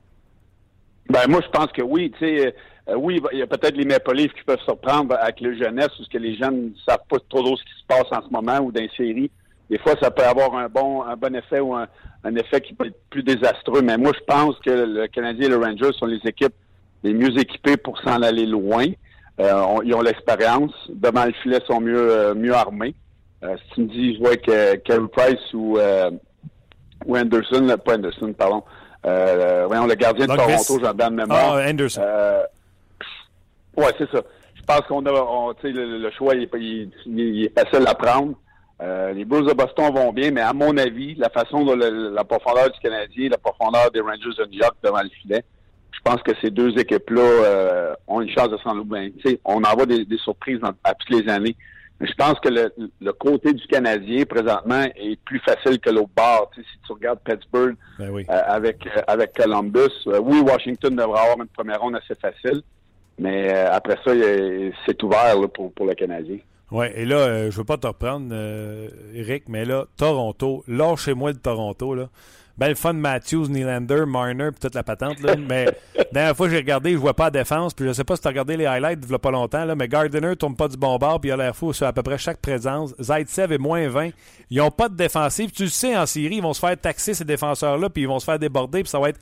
Ben moi, je pense que oui. Tu sais, euh, oui, il y a peut-être les Maple Leafs qui peuvent surprendre avec le jeunesse ou ce que les jeunes ne savent pas trop ce qui se passe en ce moment ou dans les séries. Des fois, ça peut avoir un bon un bon effet ou un, un effet qui peut être plus désastreux. Mais moi, je pense que le Canadien et le Rangers sont les équipes les mieux équipées pour s'en aller loin. Euh, on, ils ont l'expérience. Devant le filet, sont mieux euh, mieux armés. Euh, si tu me dis, je vois que Carey Price ou, euh, ou Anderson, là, pas Anderson, pardon, euh, voyons, le gardien de Toronto, j'en donne mémoire. Ah, Anderson. Euh, ouais, c'est ça. Je pense qu'on a, on, tu sais, le, le choix, il est, il, il est facile à prendre. Euh, les Blues de Boston vont bien, mais à mon avis, la façon dont le, la profondeur du Canadien, la profondeur des Rangers de New York devant le filet, je pense que ces deux équipes-là euh, ont une chance de s'en louer. Tu sais, on en voit des, des surprises dans, à toutes les années. Mais je pense que le, le côté du Canadien, présentement, est plus facile que l'autre bord. Tu sais, si tu regardes Pittsburgh ben oui. euh, avec euh, avec Columbus, euh, oui, Washington devrait avoir une première ronde assez facile. Mais euh, après ça, a, c'est ouvert là, pour, pour le Canadien. Oui, et là, euh, je ne veux pas te reprendre, euh, Eric, mais là, Toronto, lâchez-moi de Toronto, là. Ben, le fun Matthews, Nylander, Marner, puis toute la patente, là. Mais la dernière fois que j'ai regardé, je vois pas la défense, puis je sais pas si tu as regardé les highlights il y a pas longtemps, là, mais Gardiner tourne pas du bon bord, puis il a l'air fou sur à peu près chaque présence. Zaitsev est moins vingt. Ils ont pas de défensive. Tu le sais, en série, ils vont se faire taxer, ces défenseurs-là, puis ils vont se faire déborder, puis ça va être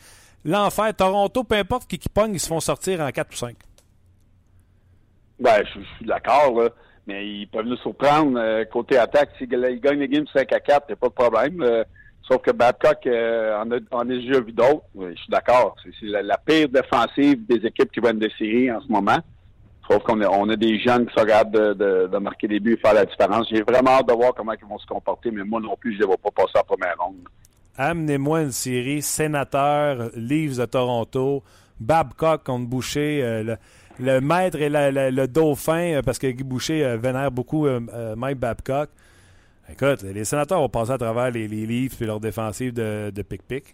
l'enfer. Toronto, peu importe qui qui pogne, ils se font sortir en quatre ou cinq. Ben, je, je suis d'accord, là. Mais ils peuvent nous surprendre. Euh, côté attaque, s'ils ils gagnent les games cinq à quatre, il n'y a pas de problème. Euh, sauf que Babcock euh, en, a, en a déjà vu d'autres. Oui, je suis d'accord. C'est, c'est la, la pire défensive des équipes qui viennent de série en ce moment. Sauf qu'on a, on a des jeunes qui sont capables de, de, de marquer des buts et faire la différence. J'ai vraiment hâte de voir comment ils vont se comporter, mais moi non plus, je ne les vois pas passer en première ronde. Amenez-moi une série Sénateur, Leafs de Toronto, Babcock contre Boucher, euh, le, le maître et la, la, le dauphin, euh, parce que Guy Boucher euh, vénère beaucoup euh, euh, Mike Babcock. Écoute, les Sénateurs vont passer à travers les, les Leafs et leur défensive de, de pic-pic.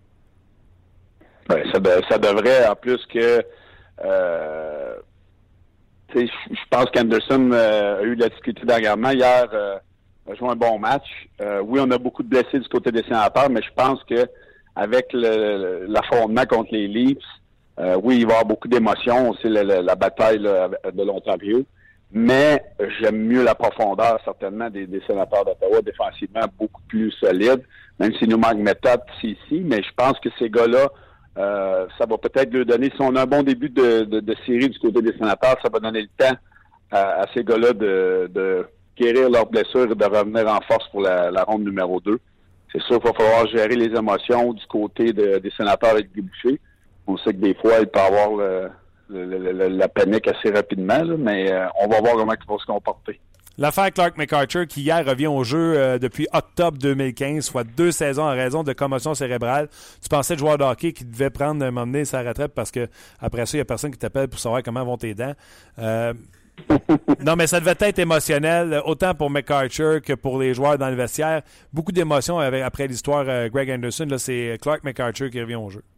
Ben, ça, de, ça devrait, en plus que... Euh, je pense qu'Anderson euh, a eu de la difficulté dernièrement. Hier, euh, a joué un bon match. Euh, oui, on a beaucoup de blessés du côté des Sénateurs, mais je pense que avec le, l'affrontement contre les Leafs, euh, oui, il va y avoir beaucoup d'émotions. C'est la, la, la bataille là, de l'Ontario. Mais j'aime mieux la profondeur, certainement, des, des Sénateurs d'Ottawa, défensivement beaucoup plus solide, même s'il nous manque méthode ici. Mais je pense que ces gars-là, Euh, ça va peut-être leur donner, si on a un bon début de, de, de série du côté des Sénateurs, ça va donner le temps à, à ces gars-là de, de guérir leurs blessures et de revenir en force pour la, la ronde numéro deux. C'est sûr qu'il va falloir gérer les émotions du côté de, des Sénateurs avec Guy Boucher. On sait que des fois, il peut y avoir le, le, le, la panique assez rapidement, là, mais euh, on va voir comment il va se comporter. L'affaire Clark McArthur, qui hier revient au jeu euh, depuis octobre deux mille quinze, soit deux saisons en raison de commotion cérébrale. Tu pensais de joueur de hockey qui devait prendre un moment donné sa retraite parce que après ça, il n'y a personne qui t'appelle pour savoir comment vont tes dents. Euh, non, mais ça devait être émotionnel, autant pour McArthur que pour les joueurs dans le vestiaire. Beaucoup d'émotions avec, après l'histoire euh, Greg Anderson. Là, c'est Clark McArthur qui revient au jeu.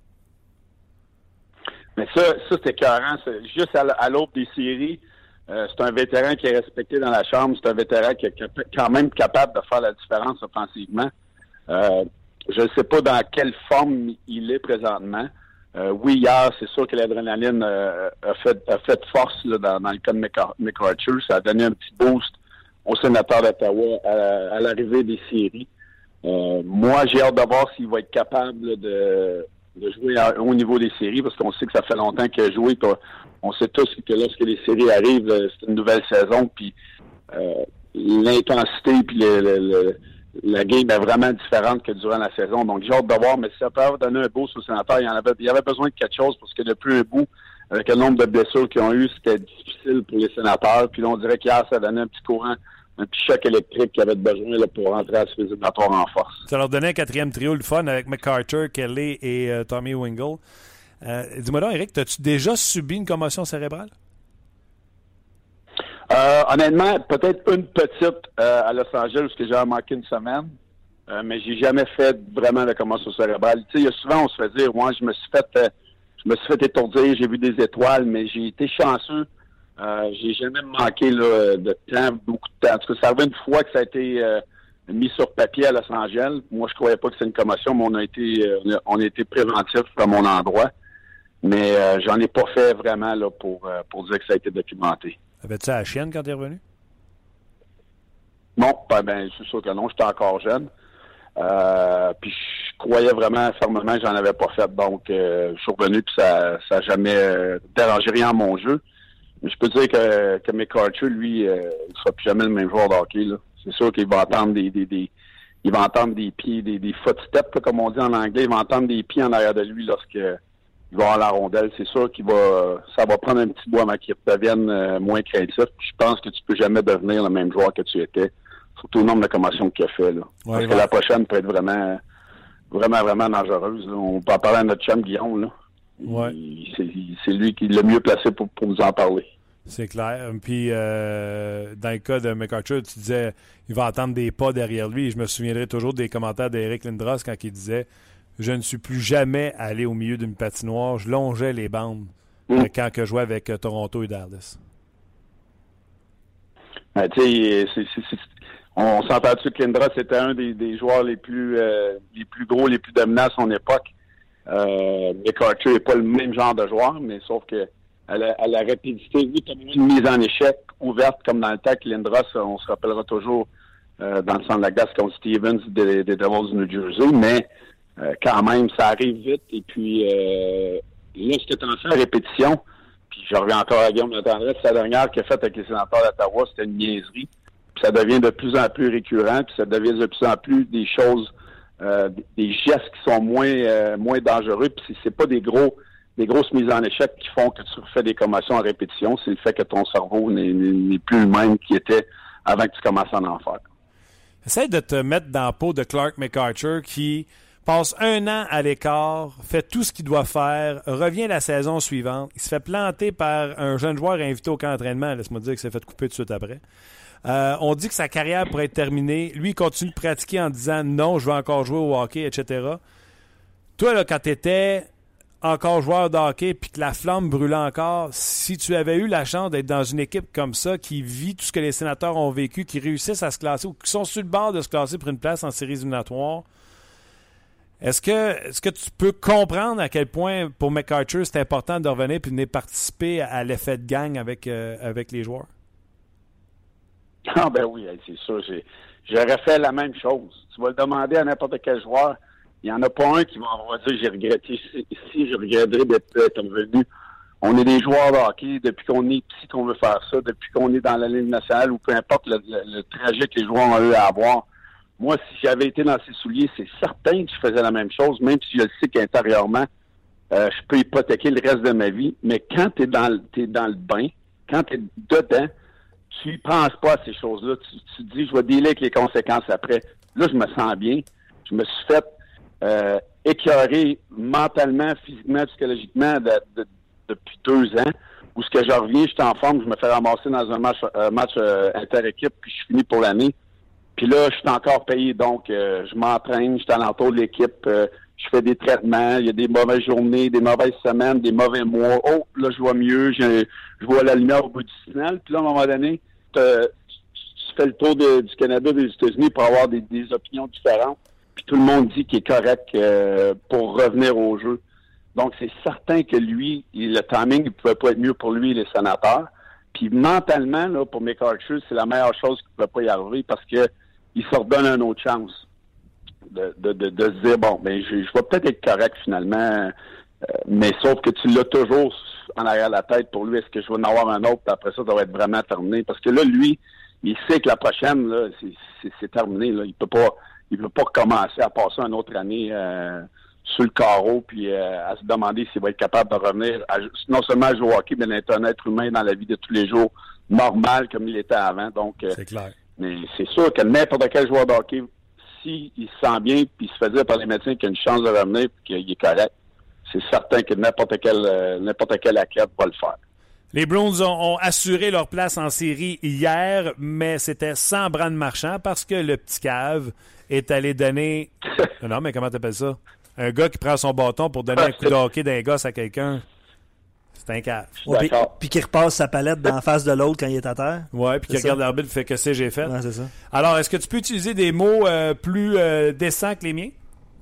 Mais ça, ça c'est écœurant. C'est juste à, à l'aube des séries. Euh, c'est un vétéran qui est respecté dans la chambre. C'est un vétéran qui est cap- quand même capable de faire la différence offensivement. Euh, je ne sais pas dans quelle forme il est présentement. Euh, oui, hier, c'est sûr que l'adrénaline euh, a, fait, a fait force là, dans, dans le cas de McArthur. Ça a donné un petit boost aux Sénateurs d'Ottawa à, à l'arrivée des séries. Euh, moi, j'ai hâte de voir s'il va être capable là, de... de jouer à, au niveau des séries, parce qu'on sait que ça fait longtemps qu'il a joué. On sait tous que lorsque les séries arrivent, c'est une nouvelle saison, puis euh, l'intensité puis le, le, le, la game est vraiment différente que durant la saison. Donc, j'ai hâte de voir, mais si ça peut donner un boost aux Sénateurs, il y en avait, il y avait besoin de quelque chose, parce que depuis un bout, avec le nombre de blessures qu'ils ont eu, c'était difficile pour les Sénateurs. Puis là, on dirait qu'hier, ça donnait un petit courant, un petit choc électrique qu'ils avaient besoin là, pour rentrer à ce éliminatoire en force. Ça leur donnait un quatrième trio, le fun, avec McArthur, Kelly et euh, Tommy Wingle. Euh, dis-moi donc, Eric, as-tu déjà subi une commotion cérébrale? Euh, honnêtement, peut-être une petite euh, à Los Angeles, parce que j'ai manqué une semaine, euh, mais j'ai jamais fait vraiment de commotion cérébrale. Tu sais, il y a souvent, on se fait dire, moi, je me suis fait, euh, je me suis fait étourdir, j'ai vu des étoiles, mais j'ai été chanceux. Euh, j'ai jamais manqué là, de temps, beaucoup de temps. En tout cas, ça arrive une fois que ça a été euh, mis sur papier à Los Angeles. Moi, je croyais pas que c'était une commotion, mais on a été, euh, on a été préventif à mon endroit. Mais euh, j'en ai pas fait vraiment là pour euh, pour dire que ça a été documenté. Avais-tu la chienne quand t'es revenu? Non, ben, ben c'est sûr que non, j'étais encore jeune. Euh, puis je croyais vraiment fermement que j'en avais pas fait. Donc euh, je suis revenu puis ça ça n'a jamais euh, dérangé rien à mon jeu. Mais je peux dire que, que McArthur, lui, euh, il ne sera plus jamais le même joueur de hockey, là. C'est sûr qu'il va entendre des, des, des il va entendre des pieds, des, des footsteps, là, comme on dit en anglais, il va entendre des pieds en arrière de lui lorsque il va avoir la rondelle. C'est sûr qu'il va ça va prendre un petit bout avant qu'il devienne euh, moins craintif. Je pense que tu peux jamais devenir le même joueur que tu étais, surtout le nombre de commotions qu'il a fait, là. Ouais, Parce ouais. que la prochaine peut être vraiment vraiment, vraiment dangereuse, là. On peut en parler à notre chum Guillaume, là. Ouais. Il, c'est, c'est lui qui est le mieux placé pour, pour vous en parler. C'est clair. Puis, euh, dans le cas de McArthur, tu disais il va entendre des pas derrière lui. Je me souviendrai toujours des commentaires d'Éric Lindros quand il disait « Je ne suis plus jamais allé au milieu d'une patinoire. Je longeais les bandes mm. quand que je jouais avec euh, Toronto et Dallas. Ben, » Tu sais, c'est, c'est, c'est, on s'entend-tu que Lindros était un des, des joueurs les plus, euh, les plus gros, les plus dominants à son époque. Euh, McArthur n'est pas le même genre de joueur, mais sauf que à la, à la rapidité, oui, tu as une mise en échec ouverte, comme dans le temps que Lindros, on se rappellera toujours euh, dans le centre de la glace contre Stevens des, des Devils du New Jersey, mais euh, quand même, ça arrive vite. Et puis, euh, là, ce que tu en fais à répétition, puis je reviens encore à Guillaume Latendresse, sa dernière qu'il a faite avec les sénateurs d'Ottawa, c'était une niaiserie. Puis ça devient de plus en plus récurrent, puis ça devient de plus en plus des choses, euh, des gestes qui sont moins euh, moins dangereux. Puis c'est, c'est pas des gros des grosses mises en échec qui font que tu refais des commotions en répétition. C'est le fait que ton cerveau n'est, n'est plus le même qu'il était avant que tu commences à en faire. Essaye de te mettre dans la peau de Clark MacArthur qui passe un an à l'écart, fait tout ce qu'il doit faire, revient la saison suivante. Il se fait planter par un jeune joueur invité au camp d'entraînement. Laisse-moi dire qu'il s'est fait couper tout de suite après. Euh, on dit que sa carrière pourrait être terminée. Lui, il continue de pratiquer en disant « Non, je veux encore jouer au hockey, et cetera » Toi, là, quand tu étais encore joueur de hockey puis que la flamme brûlait encore, si tu avais eu la chance d'être dans une équipe comme ça qui vit tout ce que les sénateurs ont vécu, qui réussissent à se classer ou qui sont sur le bord de se classer pour une place en séries éliminatoires, est-ce que, est-ce que tu peux comprendre à quel point pour MacArthur c'est important de revenir et de venir participer à l'effet de gang avec, euh, avec les joueurs? Ah ben oui, c'est sûr. J'ai, j'aurais fait la même chose. Tu vas le demander à n'importe quel joueur. Il n'y en a pas un qui va, va dire j'ai regretté. Si je regretterais d'être, d'être revenu. On est des joueurs de hockey depuis qu'on est petit qu'on veut faire ça, depuis qu'on est dans la Ligue nationale ou peu importe le, le, le trajet que les joueurs ont eu à avoir. Moi, si j'avais été dans ses souliers, c'est certain que je faisais la même chose, même si je le sais qu'intérieurement, euh, je peux hypothéquer le reste de ma vie. Mais quand tu es dans, t'es dans le bain, quand tu es dedans, tu ne penses pas à ces choses-là. Tu, tu te dis, je vais dealer avec les conséquences après. Là, je me sens bien. Je me suis fait euh, écœurer mentalement, physiquement, psychologiquement de, de, depuis deux ans. Où ce que je reviens, je suis en forme, je me fais ramasser dans un match, euh, match euh, inter-équipe, puis je finis pour l'année. Puis là, je suis encore payé, donc euh, je m'entraîne, je suis alentour de l'équipe, euh, je fais des traitements, il y a des mauvaises journées, des mauvaises semaines, des mauvais mois. Oh, là, je vois mieux, je, je vois la lumière au bout du tunnel. Puis là, à un moment donné, tu fais le tour de, du Canada, des États-Unis pour avoir des, des opinions différentes. Puis tout le monde dit qu'il est correct euh, pour revenir au jeu. Donc, c'est certain que lui, le timing ne pouvait pas être mieux pour lui et les sénateurs. Puis mentalement, là, pour MacArthur, c'est la meilleure chose qui ne pouvait pas y arriver parce que il se redonne une autre chance de, de, de, de se dire, bon, ben je, je vais peut-être être correct finalement, euh, mais sauf que tu l'as toujours en arrière de la tête pour lui, est-ce que je vais en avoir un autre, puis après ça, ça va être vraiment terminé. Parce que là, lui, il sait que la prochaine, là, c'est, c'est, c'est terminé. Là. Il peut pas il peut pas recommencer à passer une autre année euh, sur le carreau, puis euh, à se demander s'il va être capable de revenir, à, non seulement à jouer au hockey, mais d'être un être humain dans la vie de tous les jours, normal comme il était avant. Donc, euh, c'est clair. Mais c'est sûr que n'importe quel joueur de hockey, s'il se sent bien puis il se fait dire par les médecins qu'il a une chance de revenir et qu'il est correct, c'est certain que n'importe quel, euh, n'importe quel athlète va le faire. Les Bruins ont, ont assuré leur place en série hier, mais c'était sans Brad Marchand parce que le petit cave est allé donner... non, mais comment t'appelles ça? Un gars qui prend son bâton pour donner un coup de hockey d'un gosse à quelqu'un. C'est un cave. Oh, puis, puis qui repasse sa palette d'en face de l'autre quand il est à terre. Ouais, puis qui regarde l'arbitre et fait que c'est j'ai fait. Ouais, c'est ça. Alors, est-ce que tu peux utiliser des mots euh, plus euh, décents que les miens?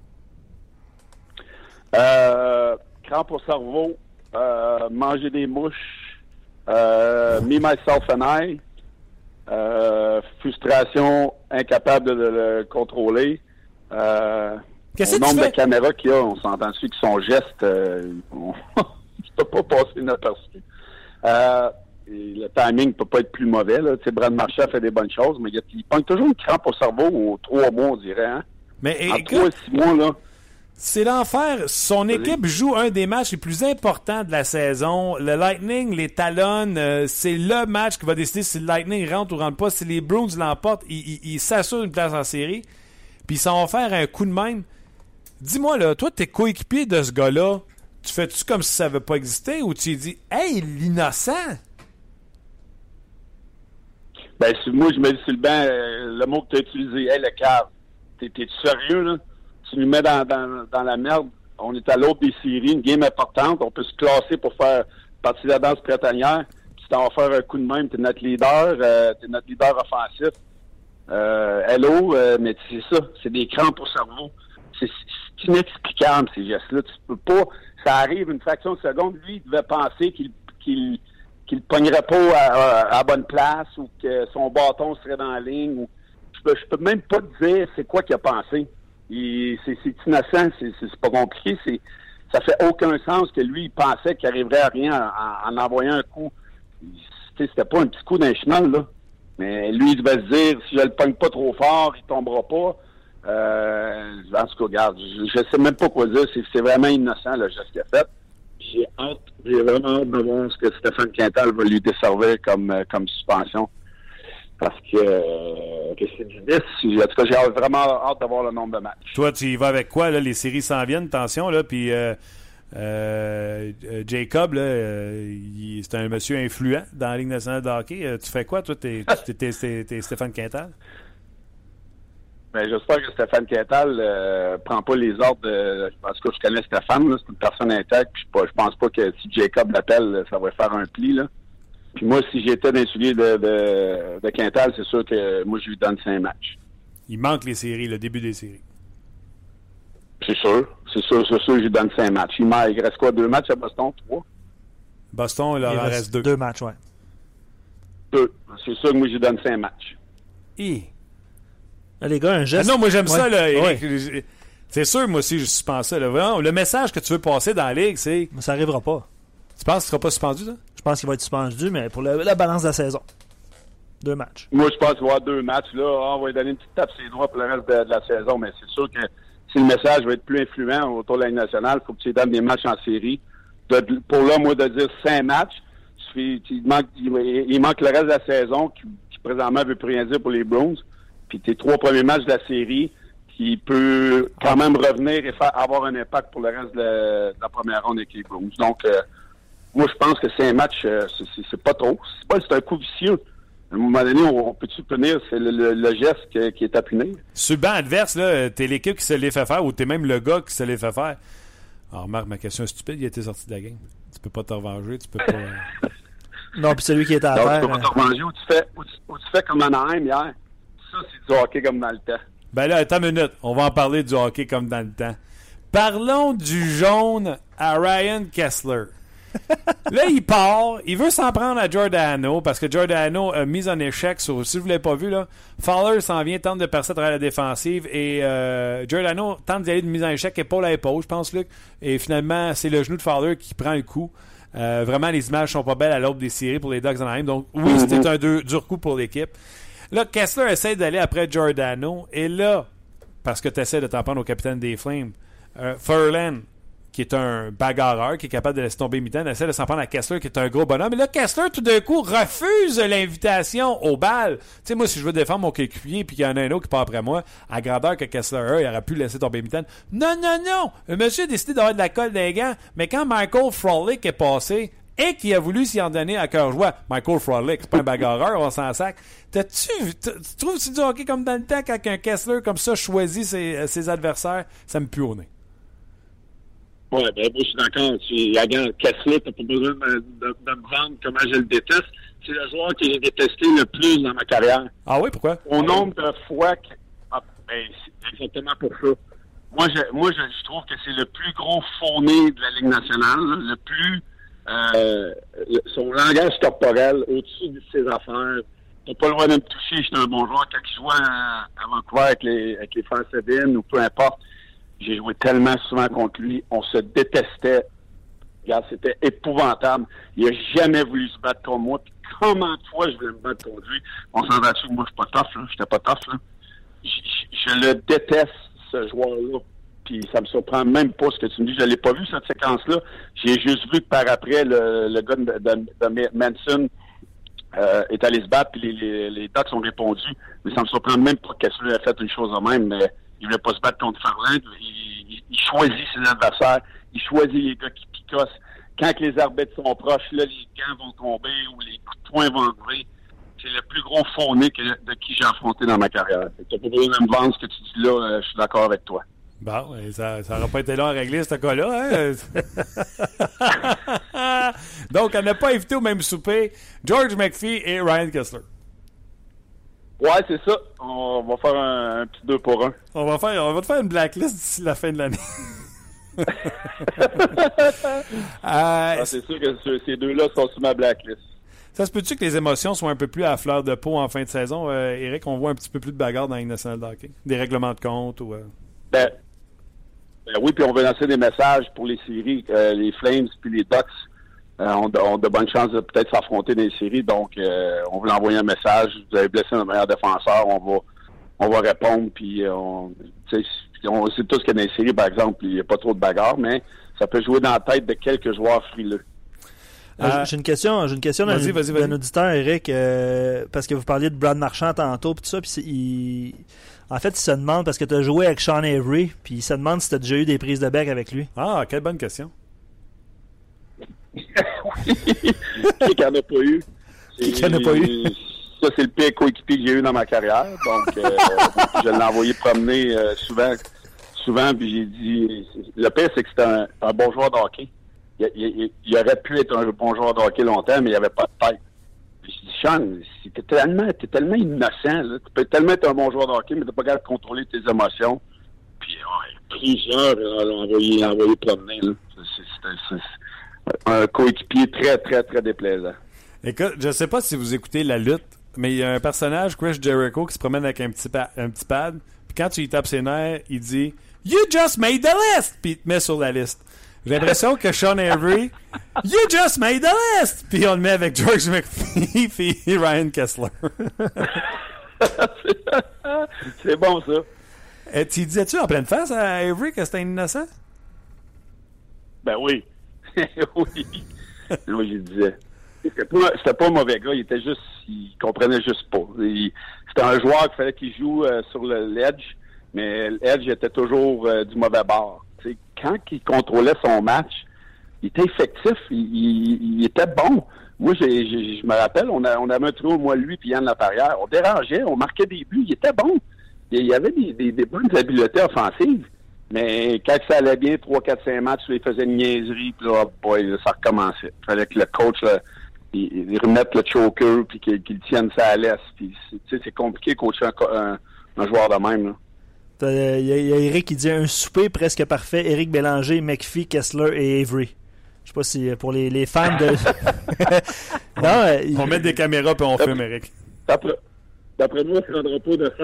Euh, crampe au cerveau, euh, manger des mouches, euh, me, myself and I, euh, frustration, incapable de, de le contrôler. Euh, Qu'est-ce le que tu nombre fais? de caméras qu'il y a, on s'entend dessus que son geste, euh, on ne peut pas passer inaperçu. Euh, et le timing ne peut pas être plus mauvais. Là. Tu sais, Brad Marchand fait des bonnes choses, mais il, il pogne toujours une crampe au cerveau aux trois mois, on dirait. Hein? Mais en écoute, trois, six mois, là. C'est l'enfer. Son équipe joue un des matchs les plus importants de la saison. Le Lightning les talonne. Euh, c'est le match qui va décider si le Lightning rentre ou rentre pas. Si les Bruins l'emportent, ils, ils, ils s'assurent une place en série. Puis ils s'en vont faire un coup de même. Dis-moi, là, toi, t'es coéquipier de ce gars-là. Tu fais-tu comme si ça n'avait pas existé ou tu lui dis « Hey, l'innocent! » Ben, moi, je me dis sur le banc, euh, le mot que tu as utilisé, « Hey, le cave! » T'es, t'es-tu sérieux, là? Tu nous mets dans, dans, dans la merde. On est à l'autre des séries, une game importante. On peut se classer pour faire partie de la danse printanière. Puis tu t'en vas faire un coup de même. T'es notre leader. Euh, t'es notre leader offensif. Euh, hello, euh, mais c'est ça. C'est des crampes au cerveau. C'est, c'est inexplicable, ces gestes-là. Tu peux pas... Ça arrive une fraction de seconde. Lui, il devait penser qu'il qu'il, qu'il pognerait pas à, à, à la bonne place ou que son bâton serait dans la ligne. Ou, je peux, je peux même pas te dire c'est quoi qu'il a pensé. Il, c'est, c'est innocent, c'est, c'est, c'est pas compliqué. C'est, ça fait aucun sens que lui, il pensait qu'il arriverait à rien en, en envoyant un coup. C'était, c'était pas un petit coup d'un chenal, là. Mais lui, il devait se dire, si je le pogne pas trop fort, il tombera pas. Euh, en tout cas, regarde, je, je sais même pas quoi dire. C'est, c'est vraiment innocent, le geste qu'il a fait. J'ai hâte, j'ai vraiment hâte de voir ce que Stéphane Quintal va lui desservir comme, comme suspension. Parce que, euh, que c'est du dix. En tout cas, j'ai vraiment hâte d'avoir le nombre de matchs. Toi, tu y vas avec quoi, là? Les séries s'en viennent, attention, là, puis euh, euh, Jacob, là, euh, il, c'est un monsieur influent dans la Ligue nationale de hockey. Euh, tu fais quoi, toi? T'es, t'es, t'es, t'es, t'es Stéphane Quintal? Ben, j'espère que Stéphane Quintal euh, prend pas les ordres de... En tout cas, je connais Stéphane, là, c'est une personne intègre, puis je, je pense pas que si Jacob l'appelle, ça va faire un pli, là. Puis moi, si j'étais dans les souliers de, de, de Quintal, c'est sûr que moi, je lui donne cinq matchs. Il manque les séries, le début des séries. C'est sûr. C'est sûr, c'est sûr que je lui donne cinq matchs. Il, manque, il reste quoi, deux matchs à Boston? Trois? Boston, il leur il en reste, reste deux. Deux matchs, ouais. Deux. C'est sûr que moi, je lui donne cinq matchs. Et... Là, les gars, un geste... Ah non, moi, j'aime ouais. ça, là, Eric. Ouais. C'est sûr, moi aussi, je suspends ça. Là. Vraiment, le message que tu veux passer dans la Ligue, c'est... Mais ça arrivera pas. Tu penses qu'il ne sera pas suspendu, là? Je pense qu'il va être suspendu, mais pour le, la balance de la saison. Deux matchs. Moi, je pense qu'il va y avoir deux matchs. Là, on va lui donner une petite tape sur les doigts pour le reste de, de la saison, mais c'est sûr que si le message va être plus influent autour de la Ligue nationale, il faut que tu lui donnes des matchs en série. De, pour là, moi, de dire cinq matchs, il manque, il, il manque le reste de la saison qui, qui présentement ne veut plus rien dire pour les Bruins. Puis tes trois premiers matchs de la série qui peut quand même revenir et faire avoir un impact pour le reste de la, de la première ronde avec les Bruins. Donc, euh, moi, je pense que c'est un match, euh, c'est, c'est, c'est pas trop. C'est pas, c'est un coup vicieux. À un moment donné, on, on peut-tu punir? C'est le, le, le geste que, qui est à punir. Sur le banc adverse, là, t'es l'équipe qui se les fait faire ou t'es même le gars qui se les fait faire. Alors, remarque, ma question est stupide, il a été sorti de la game. Tu peux pas te revenger, tu peux pas... Non, puis celui qui est à Donc, terre... tu peux pas te revenger ou tu fais, ou tu, ou tu fais comme Anaheim hier. Ça, c'est du hockey comme dans le temps. Ben là, attends une minute. On va en parler du hockey comme dans le temps. Parlons du jaune à Ryan Kessler. Là, il part. Il veut s'en prendre à Giordano parce que Giordano a mis en échec. Sur, si vous ne l'avez pas vu, là, Fowler s'en vient, tente de percer à travers la défensive et euh, Giordano tente d'y aller de mise en échec épaule à épaule, je pense, Luc. Et finalement, c'est le genou de Fowler qui prend le coup. Euh, vraiment, les images sont pas belles à l'aube des séries pour les Ducks d'Anaheim. Donc, oui, mm-hmm. C'était un deux, dur coup pour l'équipe. Là, Kessler essaie d'aller après Giordano. Et là, parce que tu essaies de t'en prendre au capitaine des Flames, euh, Furlan, qui est un bagarreur, qui est capable de laisser tomber Mitaine, essaie de s'en prendre à Kessler, qui est un gros bonhomme. Et là, Kessler, tout d'un coup, refuse l'invitation au bal. Tu sais, moi, si je veux défendre mon coéquipier puis qu'il y en a un autre qui part après moi, à grandeur que Kessler a, il aurait pu laisser tomber Mitaine. Non, non, non! Le monsieur a décidé d'avoir de la colle des gants, mais quand Michael Frolik est passé, et qui a voulu s'y en donner à cœur joie. Michael Frolik, c'est pas un bagarreur, on s'en sac. T'as-tu, tu trouves que c'est du hockey comme dans le temps quand un Kessler comme ça choisit ses, ses adversaires? Ça me pue au nez. Oui, ben moi je suis d'accord. Tu, regarde, Kessler, t'as pas besoin de, de, de me vendre comment je le déteste. C'est le joueur que j'ai détesté le plus dans ma carrière. Ah oui, pourquoi? Au nombre de fois que... Ah, ben, c'est exactement pour ça. Moi, je, moi je, je trouve que c'est le plus gros faux-nez de la Ligue nationale, là, le plus... Euh, son langage corporel au-dessus de ses affaires. T'as pas le droit de me toucher, j'étais un bon joueur. Quand il jouait à, à Vancouver avec les, avec les frères Sedin ou peu importe, j'ai joué tellement souvent contre lui, on se détestait. Regarde, c'était épouvantable. Il a jamais voulu se battre contre moi. Puis comment de fois je voulais me battre contre lui? On s'en va dessus que moi je suis pas tough, là. J'étais pas tough, là. Je, je, je le déteste, ce joueur-là. Puis ça me surprend même pas ce que tu me dis. Je l'ai pas vu, cette séquence-là. J'ai juste vu que par après, le, le gars de, de, de Manson euh, est allé se battre, puis les, les, les Ducks ont répondu. Mais ça me surprend même pas que Kessler ait fait une chose de même. Mais il voulait pas se battre contre Farland. Il, il, il choisit ses adversaires. Il choisit les gars qui picossent. Quand les arbitres sont proches, là, les gants vont tomber ou les coups de poing vont arriver. C'est le plus gros faux-nez que, de qui j'ai affronté dans ma carrière. Tu n'as pas besoin de me vendre ce que tu dis là. Euh, je suis d'accord avec toi. Bon, ça n'aurait pas été long à régler ce cas-là. Hein? Donc, on n'a pas invité au même souper George McPhee et Ryan Kessler. Ouais, c'est ça. On va faire un, un petit deux pour un. On va faire, on va te faire une blacklist d'ici la fin de l'année. euh, ah, c'est sûr que ces deux-là sont sur ma blacklist. Ça se peut-tu que les émotions soient un peu plus à fleur de peau en fin de saison? Euh, Eric, on voit un petit peu plus de bagarre dans la Ligue nationale de hockey. Des règlements de compte ou... Euh... Ben, ben oui, puis on veut lancer des messages pour les séries, euh, les Flames puis les Ducks euh, ont, de, ont de bonnes chances de peut-être s'affronter dans les séries. Donc, euh, on veut envoyer un message. Vous avez blessé notre meilleur défenseur, on va, on va répondre. Puis, euh, on, on sait tous que dans les séries, par exemple, il n'y a pas trop de bagarre, mais ça peut jouer dans la tête de quelques joueurs frileux. Euh, j'ai une question, j'ai une question d'un, vas-y, vas-y, vas-y. d'un auditeur, Eric, euh, parce que vous parliez de Brad Marchand tantôt, puis tout ça, puis il, en fait, il se demande, parce que tu as joué avec Sean Avery, puis il se demande si tu as déjà eu des prises de bec avec lui. Ah, quelle bonne question. Oui. Qui n'en a pas eu? Qui n'en a pas eu? Ça, c'est le pire coéquipier que j'ai eu dans ma carrière. Donc, euh, je l'ai envoyé promener euh, souvent, souvent, puis j'ai dit... Le pire, c'est que c'était un, un bon joueur de hockey. Il, il, il aurait pu être un bon joueur de hockey longtemps, mais il n'y avait pas de tête. Puis je dis, Sean, t'es tellement, t'es tellement innocent, là. Tu peux tellement être un bon joueur de hockey, mais t'es pas capable de contrôler tes émotions. Puis, ouais, plusieurs l'ont envoyé, envoyé promener, là. C'est, c'est, c'est, c'est un coéquipier très, très, très déplaisant. Écoute, je sais pas si vous écoutez la lutte, mais il y a un personnage, Chris Jericho, qui se promène avec un petit, pa- un petit pad, puis quand tu lui tapes ses nerfs, il dit « You just made the list! » Puis il te met sur la liste. J'ai l'impression que Sean Avery, You just made the list! Puis on le met avec George McPhee et Ryan Kessler. C'est bon, ça. Et tu disais-tu en pleine face à Avery que c'était innocent? Ben oui. Oui. Oui, je disais. C'était pas, c'était pas un mauvais gars, il était juste, il comprenait juste pas. Il, c'était un joueur qu'il fallait qu'il joue euh, sur le l'edge, mais l'edge était toujours euh, du mauvais bord. T'sais, quand il contrôlait son match, il était effectif, il, il, il était bon. Moi, j'ai, j'ai, je me rappelle, on, a, on avait un trio, moi, lui, puis Yann Laperrière. On dérangeait, on marquait des buts, il était bon. Il y avait des, des, des bonnes habiletés offensives, mais quand ça allait bien, trois, quatre, cinq matchs, il faisait une niaiserie, puis là, oh boy, là, ça recommençait. Il fallait que le coach, là, il, il remette le choker, puis qu'il, qu'il tienne ça à l'aise. Puis, c'est, c'est compliqué de coacher un, un, un joueur de même, là. Il y, y a Eric qui dit un souper presque parfait. Eric Bélanger, McPhee, Kessler et Avery. Je sais pas si pour les, les fans de. Non, il... On met des caméras puis on filme, Eric. D'après, d'après moi, ça ne rendra pas de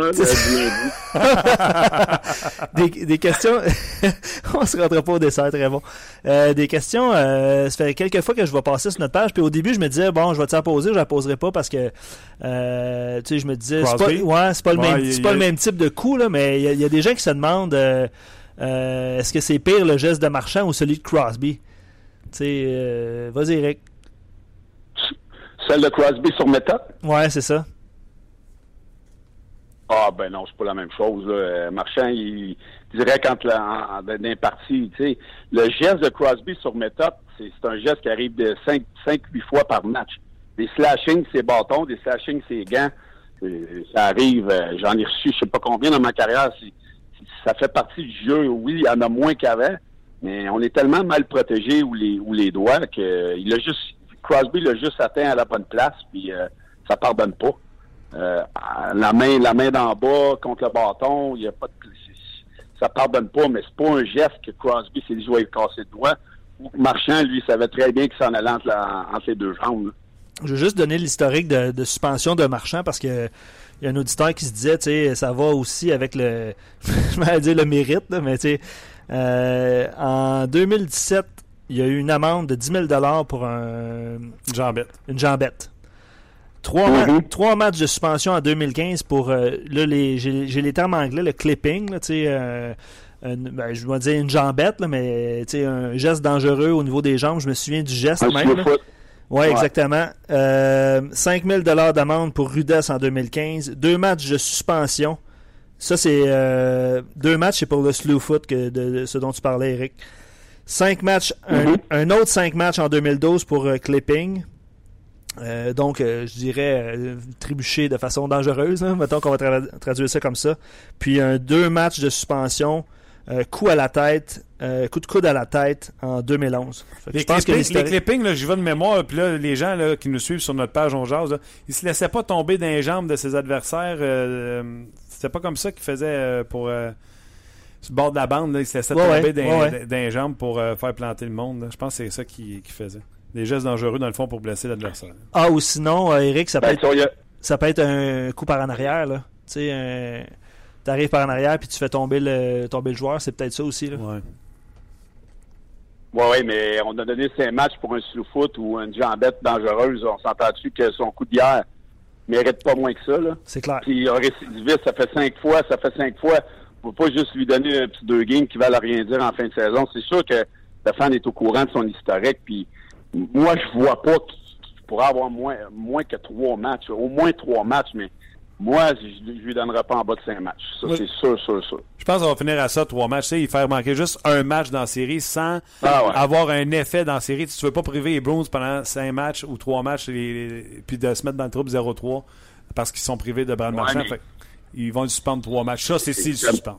fans du lundi. des, des questions. On se rendra pas au dessert, très bon. Euh, des questions. Euh, ça fait quelques fois que je vais passer sur notre page. Puis au début, je me disais, bon, je vais te la poser, je la poserai pas parce que. Euh, tu sais, je me disais, c'est pas, ouais, c'est pas, le, ouais, même, c'est pas a... le même type de coup, là, mais il y, y a des gens qui se demandent euh, euh, est-ce que c'est pire le geste de Marchand ou celui de Crosby? Tu sais, euh, vas-y, Eric. Celle de Crosby sur méthode? Ouais, c'est ça. Ah, ben non, c'est pas la même chose. Là. Marchand, il dirait quand la, en, dans les parties, tu sais, le geste de Crosby sur méthode, c'est, c'est un geste qui arrive de cinq huit fois par match. Des slashings, ses bâtons, des slashings, ses gants, ça arrive, euh, j'en ai reçu je sais pas combien dans ma carrière. C'est, c'est, ça fait partie du jeu. Oui, il y en a moins qu'avant, mais on est tellement mal protégé ou les ou les doigts que il a juste Crosby l'a juste atteint à la bonne place, puis euh, ça pardonne pas. Euh, la main la main d'en bas contre le bâton, il y a pas de ça pardonne pas, mais c'est pas un geste que Crosby s'est dit je vais casser le doigt. Ou Marchand, lui, savait très bien qu'il s'en allait entre, la, entre les deux jambes. Là. Je vais juste donner l'historique de, de suspension de Marchand parce que il y a un auditeur qui se disait, tu sais, ça va aussi avec le, je vais dire le mérite, là, mais tu sais, euh, en deux mille dix-sept, il y a eu une amende de dix mille dollars pour un, une jambette. Une jambette. Trois, mm-hmm. ma- trois matchs de suspension en deux mille quinze pour, euh, là, les, j'ai, j'ai les termes anglais, le clipping, là, tu sais, euh, une, ben, je vais dire une jambette, là, mais tu sais, un geste dangereux au niveau des jambes, je me souviens du geste un même. Là. Ouais, ouais, exactement. Euh, cinq mille dollars d'amende pour Rudess en deux mille quinze. Deux matchs de suspension. Ça, c'est euh, deux matchs, c'est pour le slew foot que, de, de ce dont tu parlais, Eric. Cinq matchs, mm-hmm. un, un autre cinq matchs en deux mille douze pour euh, clipping. Euh, donc, euh, je dirais euh, trébucher de façon dangereuse. Hein, mettons qu'on va tra- traduire ça comme ça. Puis un deux matchs de suspension. Euh, coup à la tête, euh, coup de coude à la tête en deux mille onze. Les, je pense clipping, que l'historique... les clippings, là, j'y vais de mémoire, puis là, les gens là, qui nous suivent sur notre page On Jase, là, ils se laissaient pas tomber dans les jambes de ses adversaires. Euh, c'était pas comme ça qu'ils faisaient euh, pour euh, sur le bord de la bande. Là, ils se laissaient ouais, tomber ouais, dans, ouais. dans les jambes pour euh, faire planter le monde. Là. Je pense que c'est ça qu'ils, qu'ils faisaient. Des gestes dangereux, dans le fond, pour blesser l'adversaire. Ah, ou sinon, euh, Eric, ça peut, ben, être, ça peut être un coup par en arrière. Là. Tu sais, un... tu arrives par en arrière puis tu fais tomber le, tomber le joueur. C'est peut-être ça aussi. Là. Ouais. Oui, oui, mais on a donné cinq matchs pour un sous-foot ou une jambette dangereuse. On s'entend dessus que son coup d'hier mérite pas moins que ça. Là. C'est clair. Puis un récidiviste, ça fait cinq fois, ça fait cinq fois. On ne peut pas juste lui donner un petit deux games qui va rien dire en fin de saison. C'est sûr que le fan est au courant de son historique. Puis moi, je vois pas qu'il pourrait avoir moins, moins que trois matchs. Au moins trois matchs, mais moi, je ne lui donnerai pas en bas de cinq matchs. Ça, oui. C'est sûr, sûr, sûr. Je pense qu'on va finir à ça, trois matchs. Tu sais, il faire manquer juste un match dans la série sans ah ouais. avoir un effet dans la série. Tu ne veux pas priver les Bruins pendant cinq matchs ou trois matchs et, et, puis de se mettre dans le trouble zéro trois parce qu'ils sont privés de Brad Marchand. Ouais, mais... Ils vont le suspendre trois matchs. Ça, c'est s'ils le suspendent.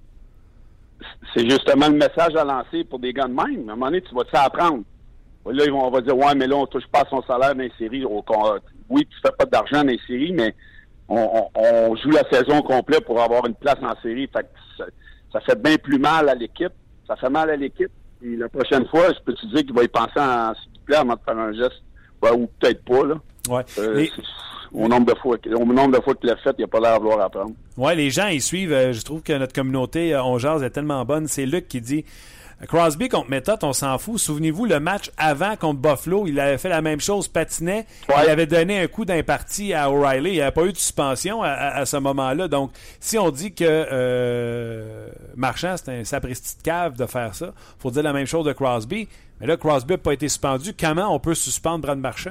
C'est justement le message à lancer pour des gars de même. À un moment donné, tu vas t'apprendre. Là, ils vont, on va dire, ouais, mais là, on ne touche pas à son salaire dans les séries. On, on, oui, tu ne fais pas d'argent dans les séries, mais on, on, on joue la saison complète pour avoir une place en série. Fait que ça, ça fait bien plus mal à l'équipe. Ça fait mal à l'équipe. Et la prochaine fois, je peux te dire qu'il va y penser en s'il te plaît avant de faire un geste. Ouais, ou peut-être pas, là. Ouais. Euh, Et... Au nombre de fois, au nombre de fois qu'il l'a fait, il n'a pas l'air à vouloir apprendre. Oui, les gens, ils suivent. Euh, je trouve que notre communauté, euh, on jase, est tellement bonne. C'est Luc qui dit Crosby contre Method, on s'en fout. Souvenez-vous, le match avant contre Buffalo, il avait fait la même chose, patinait. Ouais. Il avait donné un coup d'imparti à O'Reilly. Il n'y avait pas eu de suspension à, à, à ce moment-là. Donc, si on dit que euh, Marchand, c'est un sapristi de cave de faire ça, il faut dire la même chose de Crosby. Mais là, Crosby n'a pas été suspendu. Comment on peut suspendre Brad Marchand?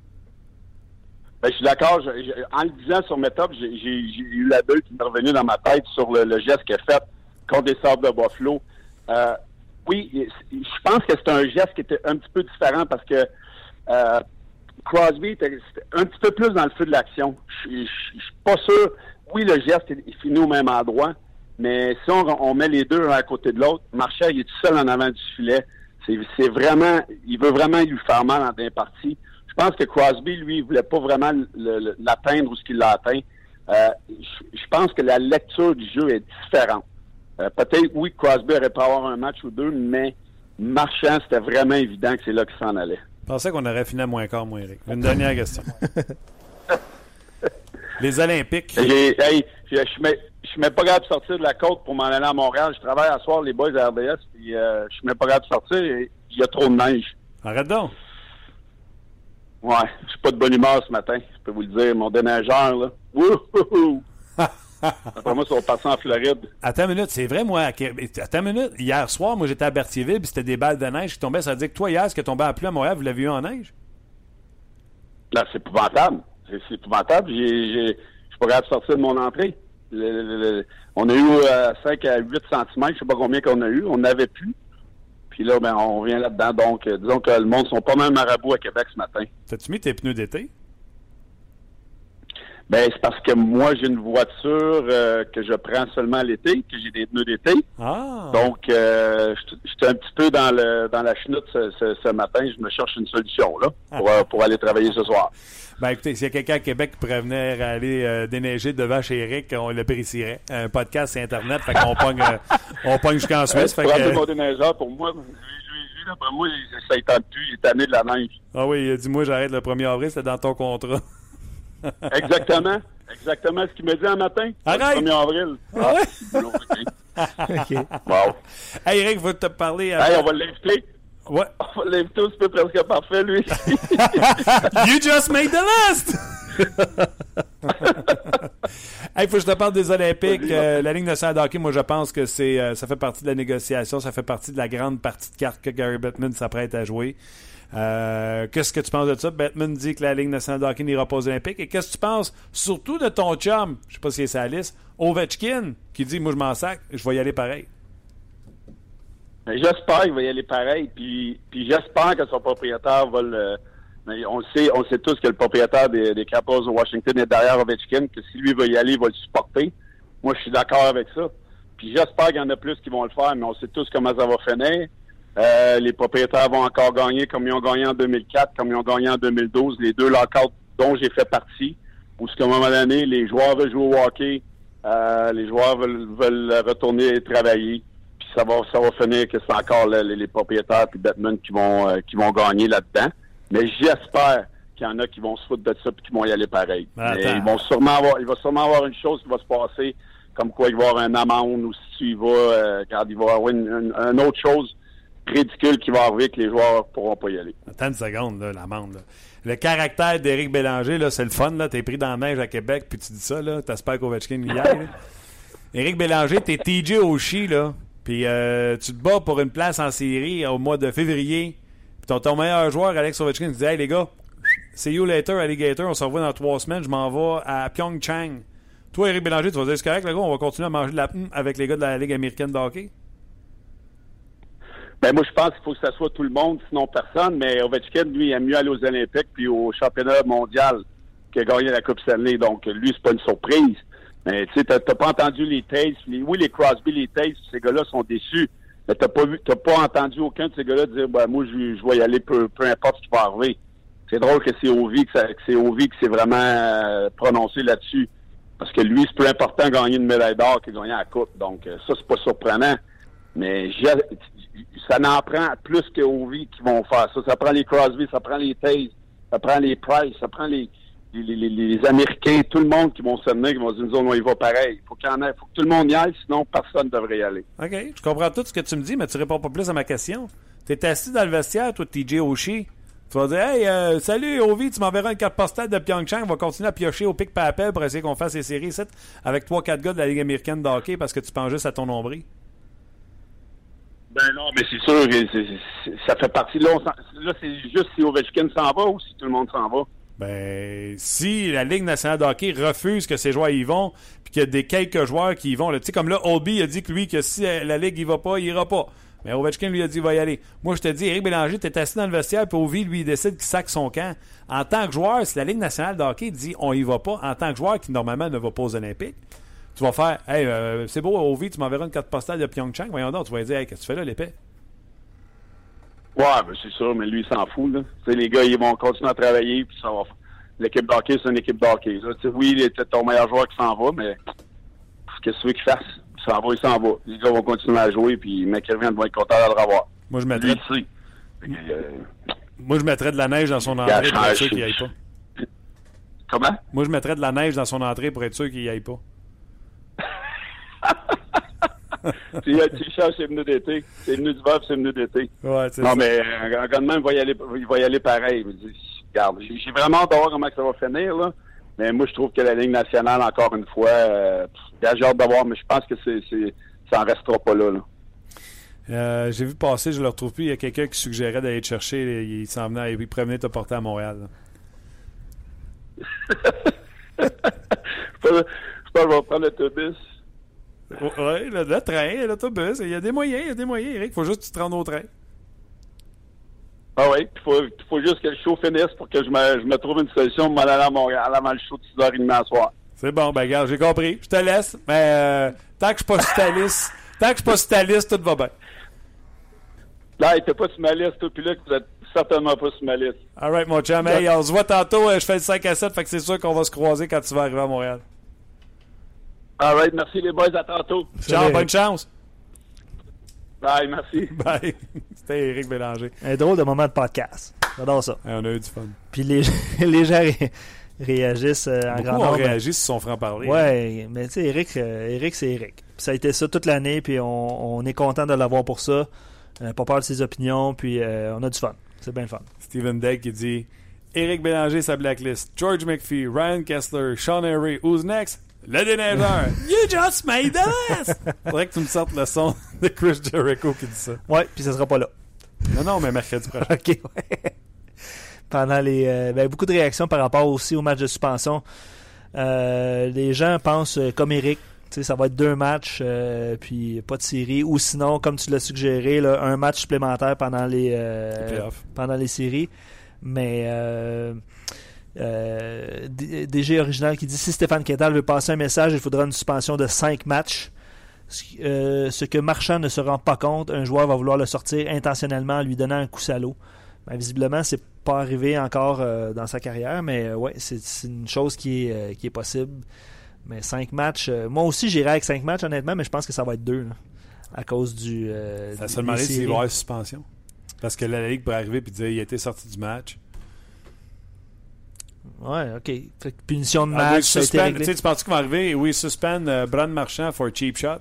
Ben, je suis d'accord. Je, je, en le disant sur Method, j'ai, j'ai, j'ai eu la bulle qui m'est revenue dans ma tête sur le, le geste qu'il a fait contre les Sabres de Buffalo. Euh, oui, je pense que c'est un geste qui était un petit peu différent parce que euh, Crosby était un petit peu plus dans le feu de l'action. Je, je, je suis pas sûr. Oui, le geste est fini au même endroit, mais si on, on met les deux l'un à côté de l'autre, Marchand, il est tout seul en avant du filet. C'est, c'est vraiment, il veut vraiment lui faire mal en d'un partie. Je pense que Crosby, lui, il voulait pas vraiment le, le, l'atteindre ou ce qu'il l'a atteint. Euh, je, je pense que la lecture du jeu est différente. Euh, peut-être, oui, Crosby aurait pu avoir un match ou deux, mais Marchand, c'était vraiment évident que c'est là qu'il s'en allait. Je pensais qu'on aurait fini à moins quart, moi, Eric. Une dernière question. Les Olympiques. J'ai, hey, je ne suis même pas capable de sortir de la côte pour m'en aller à Montréal. Je travaille à soir, les boys à R D S, puis euh, je suis même pas capable de sortir. Il y a trop de neige. Arrête donc. Ouais, je suis pas de bonne humeur ce matin, je peux vous le dire. Mon déneigeur, là. Wouhou! Après moi, ils sont passés en Floride. Attends une minute, c'est vrai, moi. Attends une minute. Hier soir, moi, j'étais à Berthierville, puis c'était des balles de neige qui tombaient. Ça veut dire que toi, hier, ce qui est tombé à pluie à Montréal, vous l'avez eu en neige? Là, c'est épouvantable. C'est, c'est épouvantable. J'ai, j'ai, je suis pas capable de sortir de mon entrée. Le, le, le, on a eu euh, cinq à huit centimètres, je sais pas combien qu'on a eu. On n'avait plus. Puis là, ben, on revient là-dedans. Donc, euh, disons que le monde sont pas mal marabouts à Québec ce matin. T'as-tu mis tes pneus d'été? Ben, c'est parce que moi, j'ai une voiture euh, que je prends seulement l'été, que j'ai des pneus d'été. Ah. Donc, euh, j'étais un petit peu dans le dans la chenoute ce, ce, ce matin. Je me cherche une solution, là, pour, euh, pour aller travailler ce soir. Ben, écoutez, s'il y a quelqu'un à Québec qui pourrait venir aller euh, déneiger devant chez Eric, on l'apprécierait. Un podcast sur Internet, fait qu'on pogne, euh, on pogne jusqu'en Suisse. Fait que... mon déneigeur, pour moi, lui, lui, d'après moi, ça ne tente plus. Il est tanné de la neige. Ah oui, il a dit, moi, j'arrête le premier avril, c'est dans ton contrat. Exactement. Exactement ce qu'il me dit un matin. Arrête! Le premier avril. Ah ouais? OK. Wow. Hey, Eric, je vais te parler. À... Hey, on va l'inviter. Ouais. On va l'inviter un petit peu presque parfait, lui. You just made the list! Hey, faut que je te parle des Olympiques. Euh, la Ligue nationale de hockey, moi, je pense que c'est, euh, ça fait partie de la négociation, ça fait partie de la grande partie de cartes que Gary Bettman s'apprête à jouer. Euh, qu'est-ce que tu penses de ça? Bettman dit que la Ligue nationale de hockey n'ira pas aux Olympiques. Et qu'est-ce que tu penses surtout de ton chum, je sais pas si c'est sa liste, Ovechkin, qui dit, moi, je m'en sac, je vais y aller pareil. Mais j'espère qu'il va y aller pareil, puis, puis j'espère que son propriétaire va le... Mais on le sait, on sait tous que le propriétaire des, des Capitals de Washington est derrière Ovechkin, que si lui veut y aller, il va le supporter. Moi, je suis d'accord avec ça. Puis j'espère qu'il y en a plus qui vont le faire, mais on sait tous comment ça va finir. Euh, les propriétaires vont encore gagner comme ils ont gagné en deux mille quatre, comme ils ont gagné en deux mille douze, les deux lockouts dont j'ai fait partie, où à un moment donné, les joueurs veulent jouer au hockey, euh, les joueurs veulent, veulent retourner travailler. Puis ça va, ça va finir que c'est encore les, les propriétaires puis Bettman qui vont, euh, qui vont gagner là-dedans. Mais j'espère qu'il y en a qui vont se foutre de ça et qui vont y aller pareil. Mais ils vont sûrement avoir, il va sûrement avoir une chose qui va se passer comme quoi il va y avoir une amende ou si tu y vas, euh, quand il va y avoir une, une, une autre chose ridicule qui va arriver que les joueurs ne pourront pas y aller. Attends une seconde, là, l'amende. Là. Le caractère d'Éric Bélanger, là, c'est le fun. Là. T'es pris dans la neige à Québec, puis tu dis ça, là. T'espères qu'Ovechkin y aille. Éric Bélanger, t'es T J Oshie, là. Puis euh, tu te bats pour une place en série au mois de février. Puis ton, ton meilleur joueur, Alex Ovechkin, te dit « Hey, les gars, see you later, alligator. On se revoit dans trois semaines. Je m'en vais à Pyeongchang. » Toi, Éric Bélanger, tu vas dire « C'est correct, les gars, on va continuer à manger de la p*** avec les gars de la Ligue américaine de hockey. » Ben moi, je pense qu'il faut que ça soit tout le monde, sinon personne. Mais Ovechkin, lui, il aime mieux aller aux Olympiques puis au championnat mondial que gagner la Coupe Stanley. Donc, lui, c'est pas une surprise. Mais tu sais, t'as, t'as pas entendu les Taves. Les, oui, les Crosby, les Taves, ces gars-là sont déçus. Mais t'as pas vu, t'as pas entendu aucun de ces gars-là dire, ben moi, je, je vais y aller peu, peu importe ce qui va arriver. C'est drôle que c'est Ovi que, ça, que c'est Ovi qui s'est vraiment euh, prononcé là-dessus. Parce que lui, c'est plus important de gagner une médaille d'or que de gagner la Coupe. Donc, euh, ça, c'est pas surprenant. Mais j'ai, ça n'en prend plus que Ovi qui vont faire ça. Ça prend les Crosby, ça prend les Taves, ça prend les Price, ça prend les, les, les, les Américains, tout le monde qui vont se mener, qui vont se dire, nous autres, on y va pareil. Il faut qu'il y en ait, faut que tout le monde y aille, sinon personne ne devrait y aller. OK, je comprends tout ce que tu me dis, mais tu réponds pas plus à ma question. Tu es assis dans le vestiaire, toi, T J Oshie. Tu vas dire, hey, euh, salut Ovi, tu m'enverras une carte postale de Pyeongchang, on va continuer à piocher au pic par appel pour essayer qu'on fasse les séries ici avec trois quatre gars de la Ligue américaine de hockey parce que tu penses juste à ton nombril. Ben non, mais c'est sûr, c'est, c'est, c'est, ça fait partie. Là, on là, c'est juste si Ovechkin s'en va ou si tout le monde s'en va. Ben, si la Ligue nationale de hockey refuse que ces joueurs y vont, puis qu'il y a des quelques joueurs qui y vont, tu sais, comme là, Obi a dit que lui, que si la Ligue y va pas, il ira pas. Mais Ovechkin lui a dit, il va y aller. Moi, je te dis, Éric Bélanger, t'es assis dans le vestiaire, puis Ovi, lui, il décide qu'il sac son camp. En tant que joueur, si la Ligue nationale de hockey dit, on y va pas, en tant que joueur qui, normalement, ne va pas aux Olympiques, tu vas faire, hey, euh, c'est beau, Ovi, tu m'enverras une carte postale de Pyeongchang. Voyons donc, tu vas dire, hey, qu'est-ce que tu fais là, l'épée? Ouais, ben c'est sûr, mais lui, il s'en fout, là. Tu sais, les gars, ils vont continuer à travailler, puis ça va. L'équipe de hockey, c'est une équipe de hockey. Là. Oui, il était ton meilleur joueur qui s'en va, mais qu'est-ce que tu veux qu'il fasse? Il s'en va, il s'en va. Les gars vont continuer à jouer, puis les mecs qui reviennent vont être contents de le revoir. Moi, je mettrais. Lui, euh... Moi, je mettrais de la neige dans son entrée pour être sûr qu'il n'y aille pas. Comment? Moi, je mettrais de la neige dans son entrée pour être sûr qu'il n'y aille pas. tu tu cherches, c'est venu d'été. C'est venu d'hiver, c'est venu d'été. Ouais, c'est non, ça. mais un gars de même, il va y aller, il va y aller pareil. Il me dit, regarde, j'ai, j'ai vraiment hâte de voir comment ça va finir, là. Mais moi, je trouve que la Ligue nationale, encore une fois, euh, j'ai hâte de voir, mais je pense que c'est, c'est, ça en restera pas là, là. Euh, j'ai vu passer, je le retrouve plus. Il y a quelqu'un qui suggérait d'aller te chercher. Il s'en venait, il prévenait de te porter à Montréal. je pense que je vais prendre l'autobus. Oui, le, le train, l'autobus. Il y a des moyens, il y a des moyens, Eric. Il faut juste que tu te rendes au train. Ah oui, il faut, faut juste que le show finisse pour que je me, je me trouve une solution pour m'aller à Montréal avant le show de six heures trente à soir. C'est bon, ben regarde, j'ai compris. Je te laisse. Mais euh, tant que je suis pas sur ta liste, tant que je suis pas sur ta liste, tout va bien. Là, il était pas sur ma liste, toi, puis là, vous êtes certainement pas sur ma liste. All right, mon chum. Hey, on se voit tantôt. Je fais le cinq à sept, fait que c'est sûr qu'on va se croiser quand tu vas arriver à Montréal. All right, merci les boys, à tantôt. Ciao, Salut. bonne chance. Bye, merci. Bye. C'était Éric Bélanger. Un drôle de moment de podcast. J'adore ça. Hey, on a eu du fun. Puis les, les gens ré- réagissent euh, en Beaucoup grand ont nombre. réagi sur son franc-parler. Ouais, mais tu sais, Eric, euh, Eric, c'est Eric. Puis ça a été ça toute l'année, puis on, on est content de l'avoir pour ça. Euh, pas peur de ses opinions, puis euh, on a du fun. C'est bien le fun. Steven Degg qui dit Éric Bélanger, sa blacklist. George McPhee, Ryan Kessler, Sean Harry. Who's next? Le déneigeur. You just made the list! Faudrait que tu me sortes le son de Chris Jericho qui dit ça. Ouais, puis ça sera pas là. Non, non, mais mercredi prochain. OK, ouais. Pendant les... Euh, ben, beaucoup de réactions par rapport aussi au match de suspension. Euh, les gens pensent euh, comme Eric. Tu sais, ça va être deux matchs, euh, puis pas de série. Ou sinon, comme tu l'as suggéré, là, un match supplémentaire pendant les, euh, Les playoffs. pendant les séries. Mais... Euh, Euh, D G Original qui dit si Stéphane Quintal veut passer un message, il faudra une suspension de cinq matchs. Ce, euh, ce que Marchand ne se rend pas compte, un joueur va vouloir le sortir intentionnellement en lui donnant un coup salaud. Ben, visiblement, c'est pas arrivé encore euh, dans sa carrière, mais euh, ouais, c'est, c'est une chose qui est, euh, qui est possible. Mais cinq matchs, euh, moi aussi j'irai avec cinq matchs honnêtement, mais je pense que ça va être deux là, à cause du. Euh, Ça se demandait s'il va y avoir une suspension. Parce que la Ligue pourrait arriver et dire il a été sorti du match. Ouais, OK. Fait que punition de Ah, match, oui, ça a été suspend, réglé. tu sais, tu penses qu'il va arriver? Oui, suspend uh, Brad Marchand for cheap shot.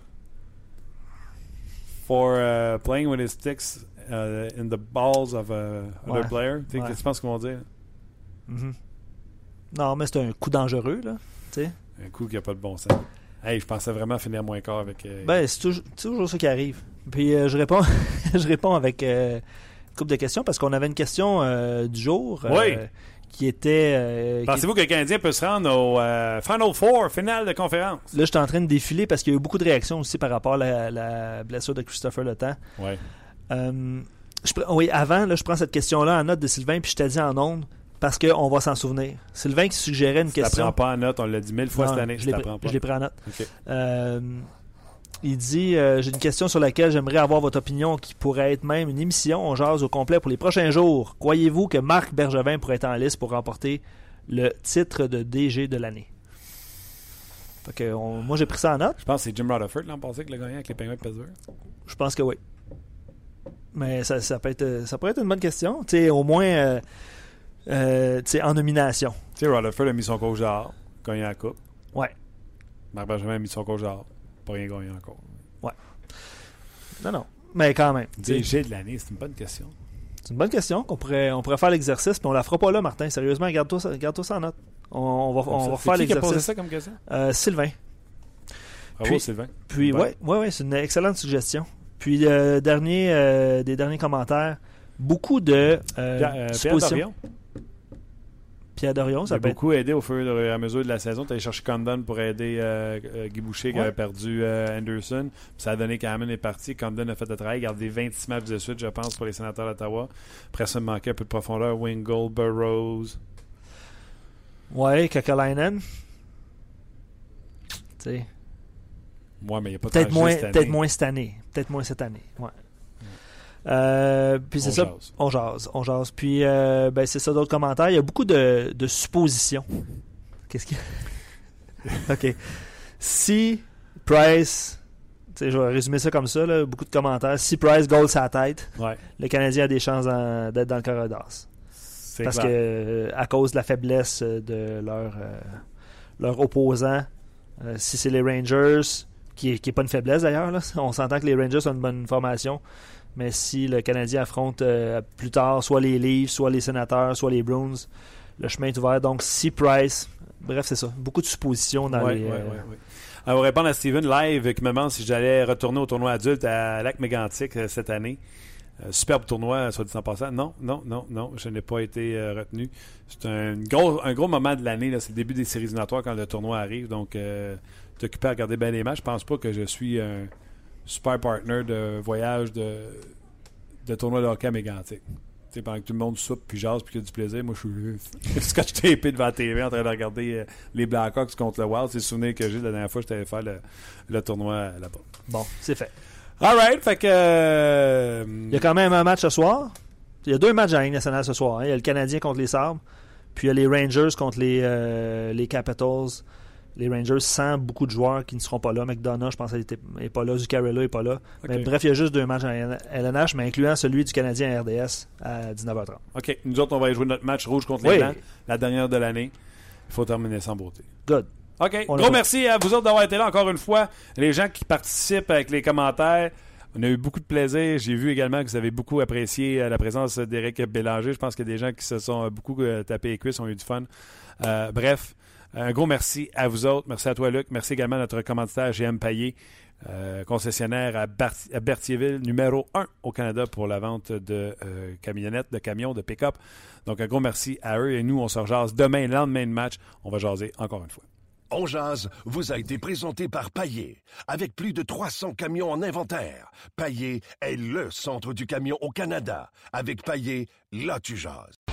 For uh, playing with his sticks uh, in the balls of a other Ouais. player. Tu sais, Ouais. qu'est-ce que tu penses qu'ils vont dire? Mm-hmm. Non, mais c'est un coup dangereux, là. Tu sais. Un coup qui n'a pas de bon sens. Hey, je pensais vraiment finir moins quart avec... Euh... Ben, c'est toujours, c'est toujours ça qui arrive. Puis euh, je réponds je réponds avec euh, une couple de questions parce qu'on avait une question euh, du jour euh, Oui. qui était... euh, qui- Pensez-vous que le Canadien peut se rendre au euh, Final Four, finale de conférence? Là, je suis en train de défiler parce qu'il y a eu beaucoup de réactions aussi par rapport à la, la blessure de Christopher Le Temps. Oui. Euh, je pre- oui, avant, là, je prends cette question-là en note de Sylvain, puis je t'ai dit en ondes parce qu'on va s'en souvenir. Sylvain qui suggérait une Tu question. t'apprends pas en note, on l'a dit mille fois Non, cette année. je Tu l'ai t'apprends pris, pas. je l'ai pris en note. OK. Euh, il dit euh, j'ai une question sur laquelle j'aimerais avoir votre opinion qui pourrait être même une émission. On jase au complet pour les prochains jours. Croyez-vous que Marc Bergevin pourrait être en liste pour remporter le titre de D G de l'année? Fait que, on- moi, j'ai pris ça en note. Je pense que c'est Jim Rutherford l'an passé qui l'a gagné avec les Penguins de Pittsburgh. Je pense que oui. Mais ça, ça, peut, être, ça pourrait être une bonne question. Tu sais, au moins euh, euh, tu sais, en nomination. Tu sais, Rutherford a mis son coach dehors, gagné la coupe. Ouais. Marc Bergevin a mis son coach dehors, pas rien gagné encore. Non, non. Mais quand même. tu sais, D G de l'année, c'est une bonne question. C'est une bonne question qu'on pourrait, on pourrait faire l'exercice, puis on la fera pas là, Martin. Sérieusement, garde-toi ça, garde-toi ça en note. On, on va, on va C'est refaire qui qui a posé l'exercice. ça comme question? Euh, Sylvain. Bravo, Puis- Sylvain. Puis, Ouais. ouais, ouais, ouais, c'est une excellente suggestion. Puis, euh, dernier, euh, des derniers commentaires, beaucoup de euh, Pierre, euh, Pierre suppositions. Dorion. Pierre Dorion, Ça ça a peut être. beaucoup aidé au fur et à mesure de la saison. Tu allé chercher Condon pour aider euh, euh, Guy Boucher qui Ouais. avait perdu euh, Anderson. Puis ça a donné qu'Hammond est parti. Condon a fait le travail. Il a gardé vingt-six matchs de suite, je pense, pour les Sénateurs d'Ottawa. Après ça, il manquait un peu de profondeur. Wingle, Burroughs. Ouais, Kakalainen. Tu sais. Moi, mais il n'y a pas de Peut-être changé moins, cette année. peut-être moins cette année. Peut-être moins cette année. Ouais. Euh, puis c'est On ça. jase. On jase. On jase. Puis euh, ben, c'est ça d'autres commentaires. Il y a beaucoup de, de suppositions. Qu'est-ce qu'il y a? OK. Si Price, tu sais, je vais résumer ça comme ça, là, beaucoup de commentaires. Si Price goal sa tête, Ouais, le Canadien a des chances en- d'être dans le corridor. c'est Parce clair. que euh, à cause de la faiblesse euh, de leur, euh, leur opposant, euh, si c'est les Rangers, qui n'est qui est pas une faiblesse d'ailleurs, là, on s'entend que les Rangers ont une bonne formation, mais si le Canadien affronte euh, plus tard soit les Leafs, soit les Sénateurs, soit les Bruins, le chemin est ouvert. Donc si Price, bref c'est ça, beaucoup de suppositions dans Ouais, les... ouais, euh, ouais, ouais. Alors, on va répondre à Steven live qui me demande si j'allais retourner au tournoi adulte à Lac-Mégantic euh, cette année. Euh, superbe tournoi, soit dit en passant. Non, non, non, non, je n'ai pas été euh, retenu. C'est un gros, un gros moment de l'année. Là. C'est le début des séries éliminatoires quand le tournoi arrive. Donc, euh, t'es occupé à regarder bien les matchs. Je pense pas que je suis un super partner de voyage de, de tournoi de hockey à Mégantic. Tu sais, pendant que tout le monde soupe puis jase puis qu'il y a du plaisir, moi, je suis scotch tapé devant la T V en train de regarder euh, les Blackhawks contre le Wild. C'est le souvenir que j'ai de la dernière fois que j'étais allé faire le, le tournoi là-bas. Bon, c'est fait. All right, fait que... euh, Il y a quand même un match ce soir. Il y a deux matchs à la Ligue nationale ce soir. hein. Il y a le Canadien contre les Sabres, puis il y a les Rangers contre les, euh, les Capitals. Les Rangers sans beaucoup de joueurs qui ne seront pas là. McDonough, je pense qu'il n'est pas là. Zuccarello n'est pas là. OK. Mais bref, il y a juste deux matchs à L N H, mais incluant celui du Canadien à R D S à dix-neuf heures trente. OK, nous autres, on va aller jouer notre match rouge contre les Oui. Blancs, la dernière de l'année. Il faut terminer sans beauté. Good. OK, On gros l'a- merci à vous autres d'avoir été là encore une fois. Les gens qui participent avec les commentaires, on a eu beaucoup de plaisir. J'ai vu également que vous avez beaucoup apprécié euh, la présence d'Éric Bélanger. Je pense qu'il y a des gens qui se sont euh, beaucoup euh, tapés les cuisses, ont eu du fun. Euh, bref, un gros merci à vous autres. Merci à toi, Luc. Merci également à notre commanditaire G M Payet, euh, concessionnaire à, Bar- à Berthierville, numéro un au Canada pour la vente de euh, camionnettes, de camions, de pick-up. Donc, un gros merci à eux. Et nous, on se rejase demain, lendemain de match. On va jaser encore une fois. On jase vous a été présenté par Payet. Avec plus de trois cents camions en inventaire, Payet est le centre du camion au Canada. Avec Payet, là tu jases.